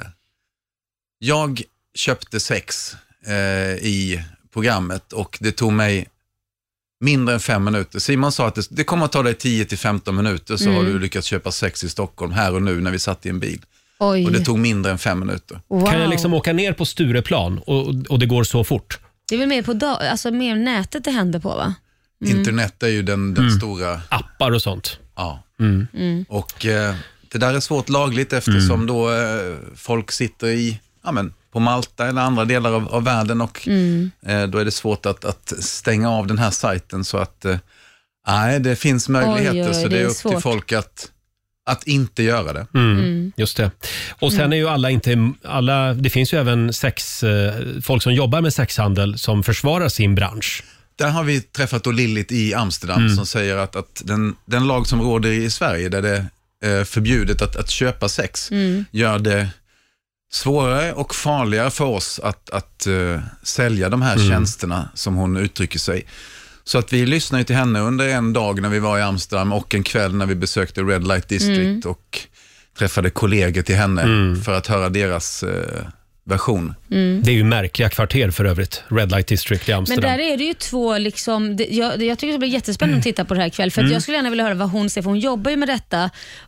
jag köpte sex eh, i programmet och det tog mig mindre än fem minuter. Simon sa att det, det kommer att ta dig tio till femton minuter, så Mm. har du lyckats köpa sex i Stockholm här och nu när vi satt i en bil. Oj. Och det tog mindre än fem minuter. Wow. Kan jag liksom åka ner på Stureplan och, och det går så fort? Det är väl mer på dag, alltså mer nätet det händer på, va? Mm. Internet är ju den, den Mm. stora... Appar och sånt. Ja. Mm. Mm. Och eh, det där är svårt lagligt eftersom då eh, folk sitter i, ja, men, på Malta eller andra delar av, av världen, och Mm. eh, då är det svårt att, att stänga av den här sajten, så att eh, nej, det finns möjligheter, Oj, oj, så det det är är upp till svårt. folk att, att inte göra det. Mm. Mm. Just det. Och sen är ju alla inte, alla, det finns ju även sex, eh, folk som jobbar med sexhandel som försvarar sin bransch. Där har vi träffat då Lillit i Amsterdam Mm. som säger att, att den, den lag som råder i Sverige, där det är förbjudet att, att köpa sex, Mm. gör det svårare och farligare för oss att, att uh, sälja de här Mm. tjänsterna, som hon uttrycker sig. Så att vi lyssnade till henne under en dag när vi var i Amsterdam och en kväll när vi besökte Red Light District Mm. och träffade kollegor till henne Mm. för att höra deras uh, version. Mm. Det är ju märkliga kvarter för övrigt, Red Light District i Men Amsterdam. där är det ju två, liksom, det, jag, jag tycker det blir jättespännande att titta på det här ikväll, för att Mm. jag skulle gärna vilja höra vad hon ser, för hon jobbar ju med detta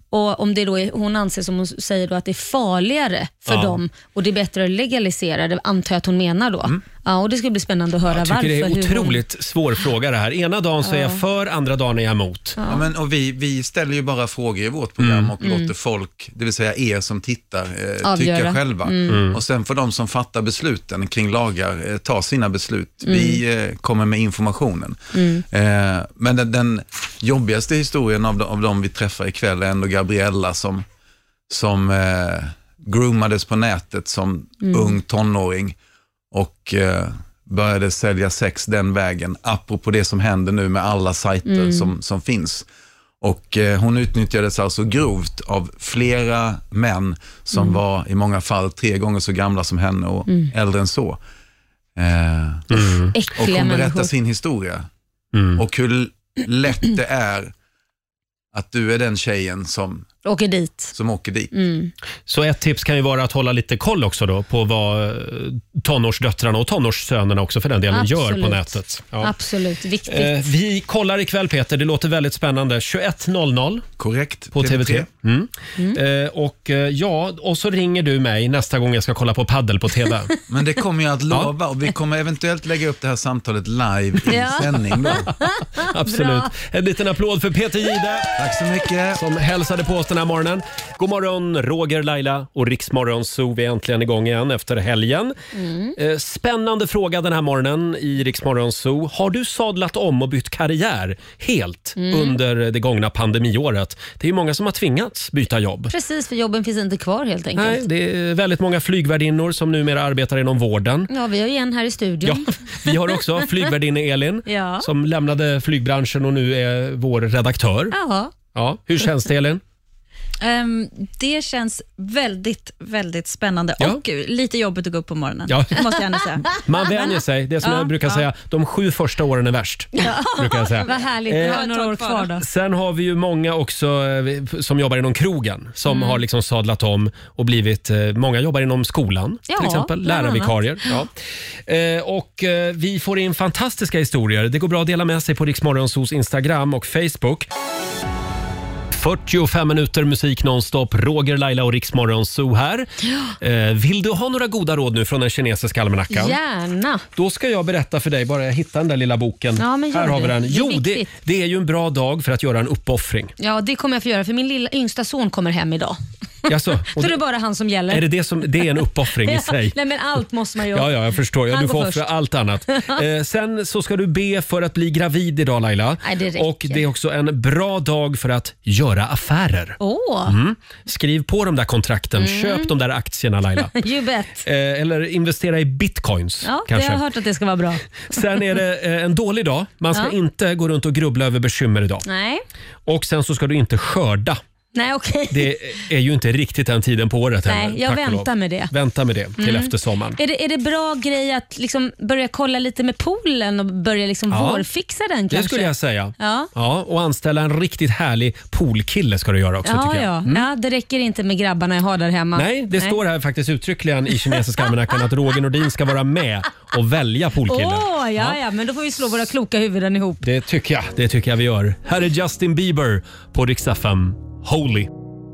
Och om det då är, hon anser som hon säger då att det är farligare för Ja. dem och det är bättre att legalisera det, antar jag att hon menar då. Mm. Ja, och det ska bli spännande att höra Jag tycker varför. det är hur otroligt hon... svår fråga det här. Ena dagen så är jag Ja. för, andra dagen är jag emot. Ja. Ja, men, och vi, vi ställer ju bara frågor i vårt program Mm. och Mm. låter folk, det vill säga er som tittar, eh, Avgöra. tycka själva. Mm. Mm. Och sen får de som fattar besluten kring lagar eh, ta sina beslut. Mm. Vi eh, kommer med informationen. Mm. Eh, men den, den jobbigaste historien av de, av de vi träffar ikväll är ändå Gabriella som, som eh, groomades på nätet som Mm. ung tonåring och eh, började sälja sex den vägen, apropå det som händer nu med alla sajter Mm. som, som finns. Och eh, hon utnyttjades alltså grovt av flera män som Mm. var i många fall tre gånger så gamla som henne och Mm. äldre än så. Eh, Mm. och Äckliga hon berättar människor. sin historia. Mm. Och hur lätt det är att du är den tjejen som, Åker dit. som åker dit. Mm. Så ett tips kan ju vara att hålla lite koll också då på vad eh, tonårsdöttrarna och tonårssönerna också för den delen gör på nätet. Ja. Absolut, viktigt. Eh, vi kollar ikväll Peter, det låter väldigt spännande. tjugoett noll noll Korrekt. på T V tre. Mm. Mm. Eh, och eh, ja, och så ringer du mig nästa gång jag ska kolla på paddel på T V. Men det kommer jag att lova och vi kommer eventuellt lägga upp det här samtalet live i Ja. sändning då. Absolut. Bra. En liten applåd för Peter Gide. Tack så mycket. Som hälsade på oss den här morgonen. God morgon Roger, Laila och Riksmorgon Zoo. Vi är äntligen igång igen efter helgen. Mm. Eh, Spännande fråga den här morgonen i Riksmorgon Zoo. Har du sadlat om och bytt karriär helt Mm. under det gångna pandemiåret? Det är ju många som har tvingats byta jobb. Precis, för jobben finns inte kvar helt enkelt. Nej, det är väldigt många flygvärdinnor som numera arbetar inom vården. Ja, vi har ju en här i Ja, studion. vi har också flygvärdinne Elin Ja. som lämnade flygbranschen och nu är vår redaktör. Ja. Ja, hur känns det Elin? Ehm, det känns väldigt, väldigt spännande Ja. och lite jobbigt att gå upp på morgonen. Ja. Det måste jag gärna säga. Man vänjer sig. Det är som Ja, jag brukar ja. säga, de sju första åren är värst. Brukar jag säga. Vad härligt, vi har några år kvar då. Sen har vi ju många också eh, som jobbar inom krogen som Mm. har liksom sadlat om och blivit, eh, många jobbar inom skolan Ja, till exempel, bland lärarvikarier. Ja. Eh, och eh, vi får in fantastiska historier. Det går bra att dela med sig på Riksmorgonsos Instagram och Facebook. fyrtiofem minuter musik nonstop. Roger, Laila och Riksmorgon Zoo här. Eh, vill du ha några goda råd nu från den kinesiska almanackan? Gärna. Då ska jag berätta för dig, bara jag hittar den där lilla boken. Ja, men gör här har vi det. den. Det är Jo, det, viktigt. det är ju en bra dag för att göra en uppoffring. Ja, det kommer jag få göra för min lilla yngsta son kommer hem idag. Jaså, och Så det är det, bara han som gäller. är det, det, som, det är en uppoffring i sig? Nej, men allt måste man ju. Ja, ja, jag förstår. Ja, Han du går får offra först. allt annat. Eh, sen så ska du be för att bli gravid idag, Laila. Nej, det räcker. Och det är också en bra dag för att göra affärer. Åh, Mm. Skriv på de där kontrakten. Mm. Köp de där aktierna, Laila. you bet. Eh, eller investera i bitcoins, Ja, det kanske. har jag hört att det ska vara bra. Sen är det eh, en dålig dag. Man ska Ja. inte gå runt och grubbla över bekymmer idag. Nej, Och sen så ska du inte skörda. nej okej. Det är ju inte riktigt den tiden på året heller, Nej, jag tack och väntar lov. med det. Vänta med det till Mm. efter sommaren. Är det, är det bra grej att liksom börja kolla lite med poolen och börja liksom Ja. vårfixa den kanske? Det skulle jag säga. Ja. Ja, och anställa en riktigt härlig poolkille ska du göra också, Ja, tycker jag. ja. Mm. ja, det räcker inte med grabbarna jag har där hemma. Nej, det står här faktiskt uttryckligen i kinesiska almanackan att Roger Nordin ska vara med och välja poolkille. Åh, ja, ja, men då får vi slå våra kloka huvuden ihop. Det tycker jag, det tycker jag vi gör. Här är Justin Bieber på Rix F M. Holy.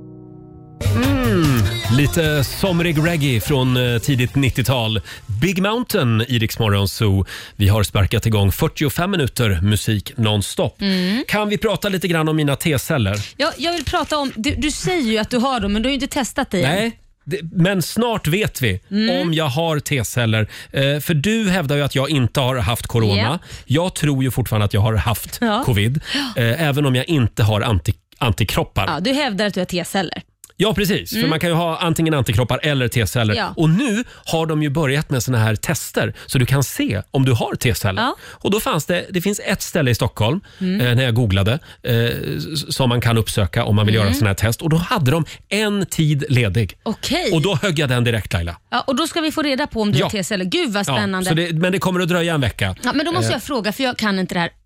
Mm, lite somrig reggae från eh, tidigt nittiotal. Big Mountain i Rix Morgon Zoo. Vi har sparkat igång fyrtiofem minuter musik nonstop. Mm. Kan vi prata lite grann om mina T-celler? Ja, jag vill prata om, du, du säger ju att du har dem men du har ju inte testat det än. Nej, det, men snart vet vi Mm. om jag har T-celler. Eh, för du hävdar ju att jag inte har haft corona. Ja. Jag tror ju fortfarande att jag har haft Ja. covid. Eh, även om jag inte har anti, antikroppar. Ja, du hävdar att du har T-celler. Ja, precis. Mm. För man kan ju ha antingen antikroppar eller T-celler. Ja. Och nu har de ju börjat med såna här tester så du kan se om du har T-celler. Ja. Och då fanns det, det finns ett ställe i Stockholm Mm. eh, när jag googlade eh, s- som man kan uppsöka om man vill Mm. göra såna här test. Och då hade de en tid ledig. Okej. Och då högg jag den direkt, Laila. Ja, och då ska vi få reda på om du Ja. har T-celler. Gud vad spännande. Ja, så det, men det kommer att dröja en vecka. Ja, men då måste Eh, jag fråga, för jag kan inte det här.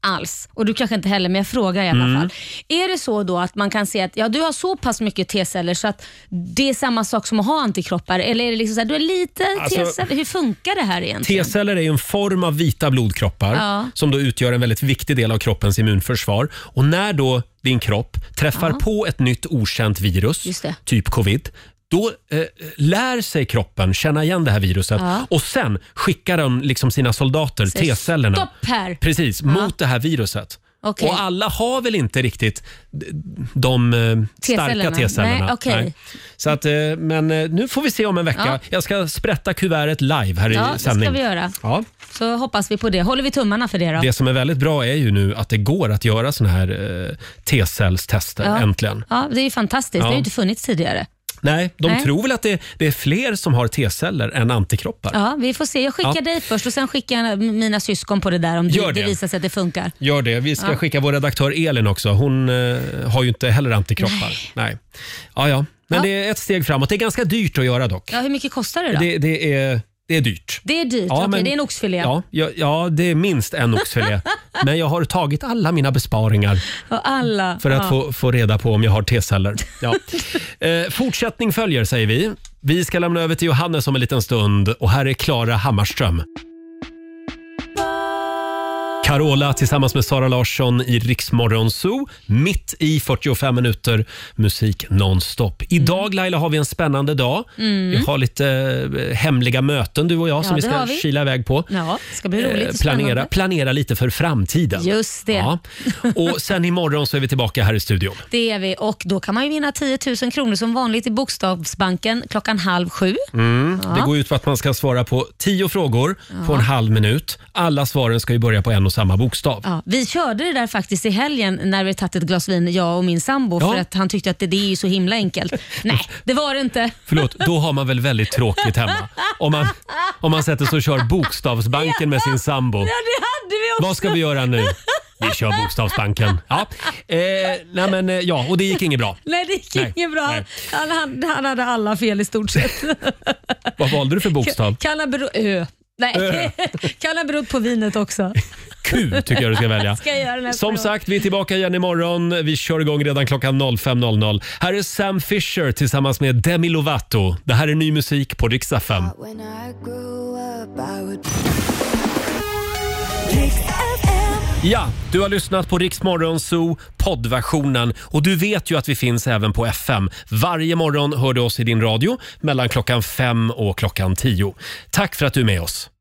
alls. Och du kanske inte heller, men jag frågar i alla Mm. fall. Är det så då att man kan se att ja, du har så pass mycket T-celler så att det är samma sak som att ha antikroppar? Eller är det liksom så här, du har lite Alltså, T-celler? Hur funkar det här egentligen? T-celler är ju en form av vita blodkroppar Ja. som då utgör en väldigt viktig del av kroppens immunförsvar. Och när då din kropp träffar Ja. på ett nytt okänt virus, Just det. typ covid, då eh, lär sig kroppen känna igen det här viruset Ja. och sen skickar den liksom sina soldater, Säg T-cellerna, stopp här. precis, Ja. mot det här viruset. Okej. Och alla har väl inte riktigt d- de eh, starka T-cellerna. T-cellerna. Nej, okej. Så att, eh, men eh, nu får vi se om en vecka. Ja. Jag ska sprätta kuvertet live här Ja, i det sändning. ska vi göra. Ja. Så hoppas vi på det. Håller vi tummarna för det då? Det som är väldigt bra är ju nu att det går att göra såna här eh, T-cellstester Ja. äntligen. Ja, det är ju fantastiskt. Det har Ja. ju inte funnits tidigare. Nej, de Nej. tror väl att det, det är fler som har T-celler än antikroppar. Ja, vi får se. Jag skickar Ja. dig först och sen skickar jag mina syskon på det där om Gör det, det det. visar sig att det funkar. Gör det. Vi ska Ja. skicka vår redaktör Elin också. Hon eh, har ju inte heller antikroppar. Nej. Ja, ja. Men Ja. det är ett steg framåt. Det är ganska dyrt att göra dock. Ja, hur mycket kostar det då? Det, det, är, det är dyrt. Det är dyrt. Ja, Okej, men- det är en oxfilé. Ja, ja, ja, det är minst en oxfilé. Men jag har tagit alla mina besparingar Och alla. för att ja. få, få reda på om jag har T-celler. Ja. Eh, fortsättning följer, säger vi. Vi ska lämna över till Johannes om en liten stund och här är Klara Hammarström. Carola tillsammans med Sara Larsson i Rix Morgon Zoo. Mitt i fyrtiofem minuter musik nonstop. Idag Laila har vi en spännande dag. Mm. Vi har lite eh, hemliga möten du och jag Ja, som vi det ska har vi. kila iväg på. Ja, det ska bli roligt Eh, och planera, spännande. planera lite för framtiden. Just det. Ja. Och sen imorgon så är vi tillbaka här i studion. Det är vi och då kan man ju vinna tio tusen kronor som vanligt i Bokstavsbanken klockan halv sju. Mm. Ja. Det går ut på att man ska svara på tio frågor på Ja. en halv minut. Alla svaren ska ju börja på en och samma bokstav. Ja, vi körde det där faktiskt i helgen när vi tagit ett glas vin, jag och min sambo, Ja. för att han tyckte att det, det är ju så himla enkelt. Nej, det var det inte. Förlåt, då har man väl väldigt tråkigt hemma. Om man, om man sätter sig och kör Bokstavsbanken med sin sambo. Ja, det hade vi också. Vad ska vi göra nu? Vi kör Bokstavsbanken. Ja, eh, nej men, eh, ja, och det gick inget bra. Nej, det gick Nej, inget bra. nej. Han, han, han hade alla fel i stort sett. Vad valde du för bokstav? Kan ha bero- ö. Nej, Ö. kan ha berott på vinet också. Q tycker jag du ska välja. Ska jag göra nästa Som gång. sagt, vi är tillbaka igen imorgon. Vi kör igång redan klockan fem noll noll. Här är Sam Fisher tillsammans med Demi Lovato. Det här är ny musik på Rix F M. Ja, du har lyssnat på Rix Morgon Zoo poddversionen och du vet ju att vi finns även på F M. Varje morgon hör du oss i din radio mellan klockan fem och klockan tio. Tack för att du är med oss.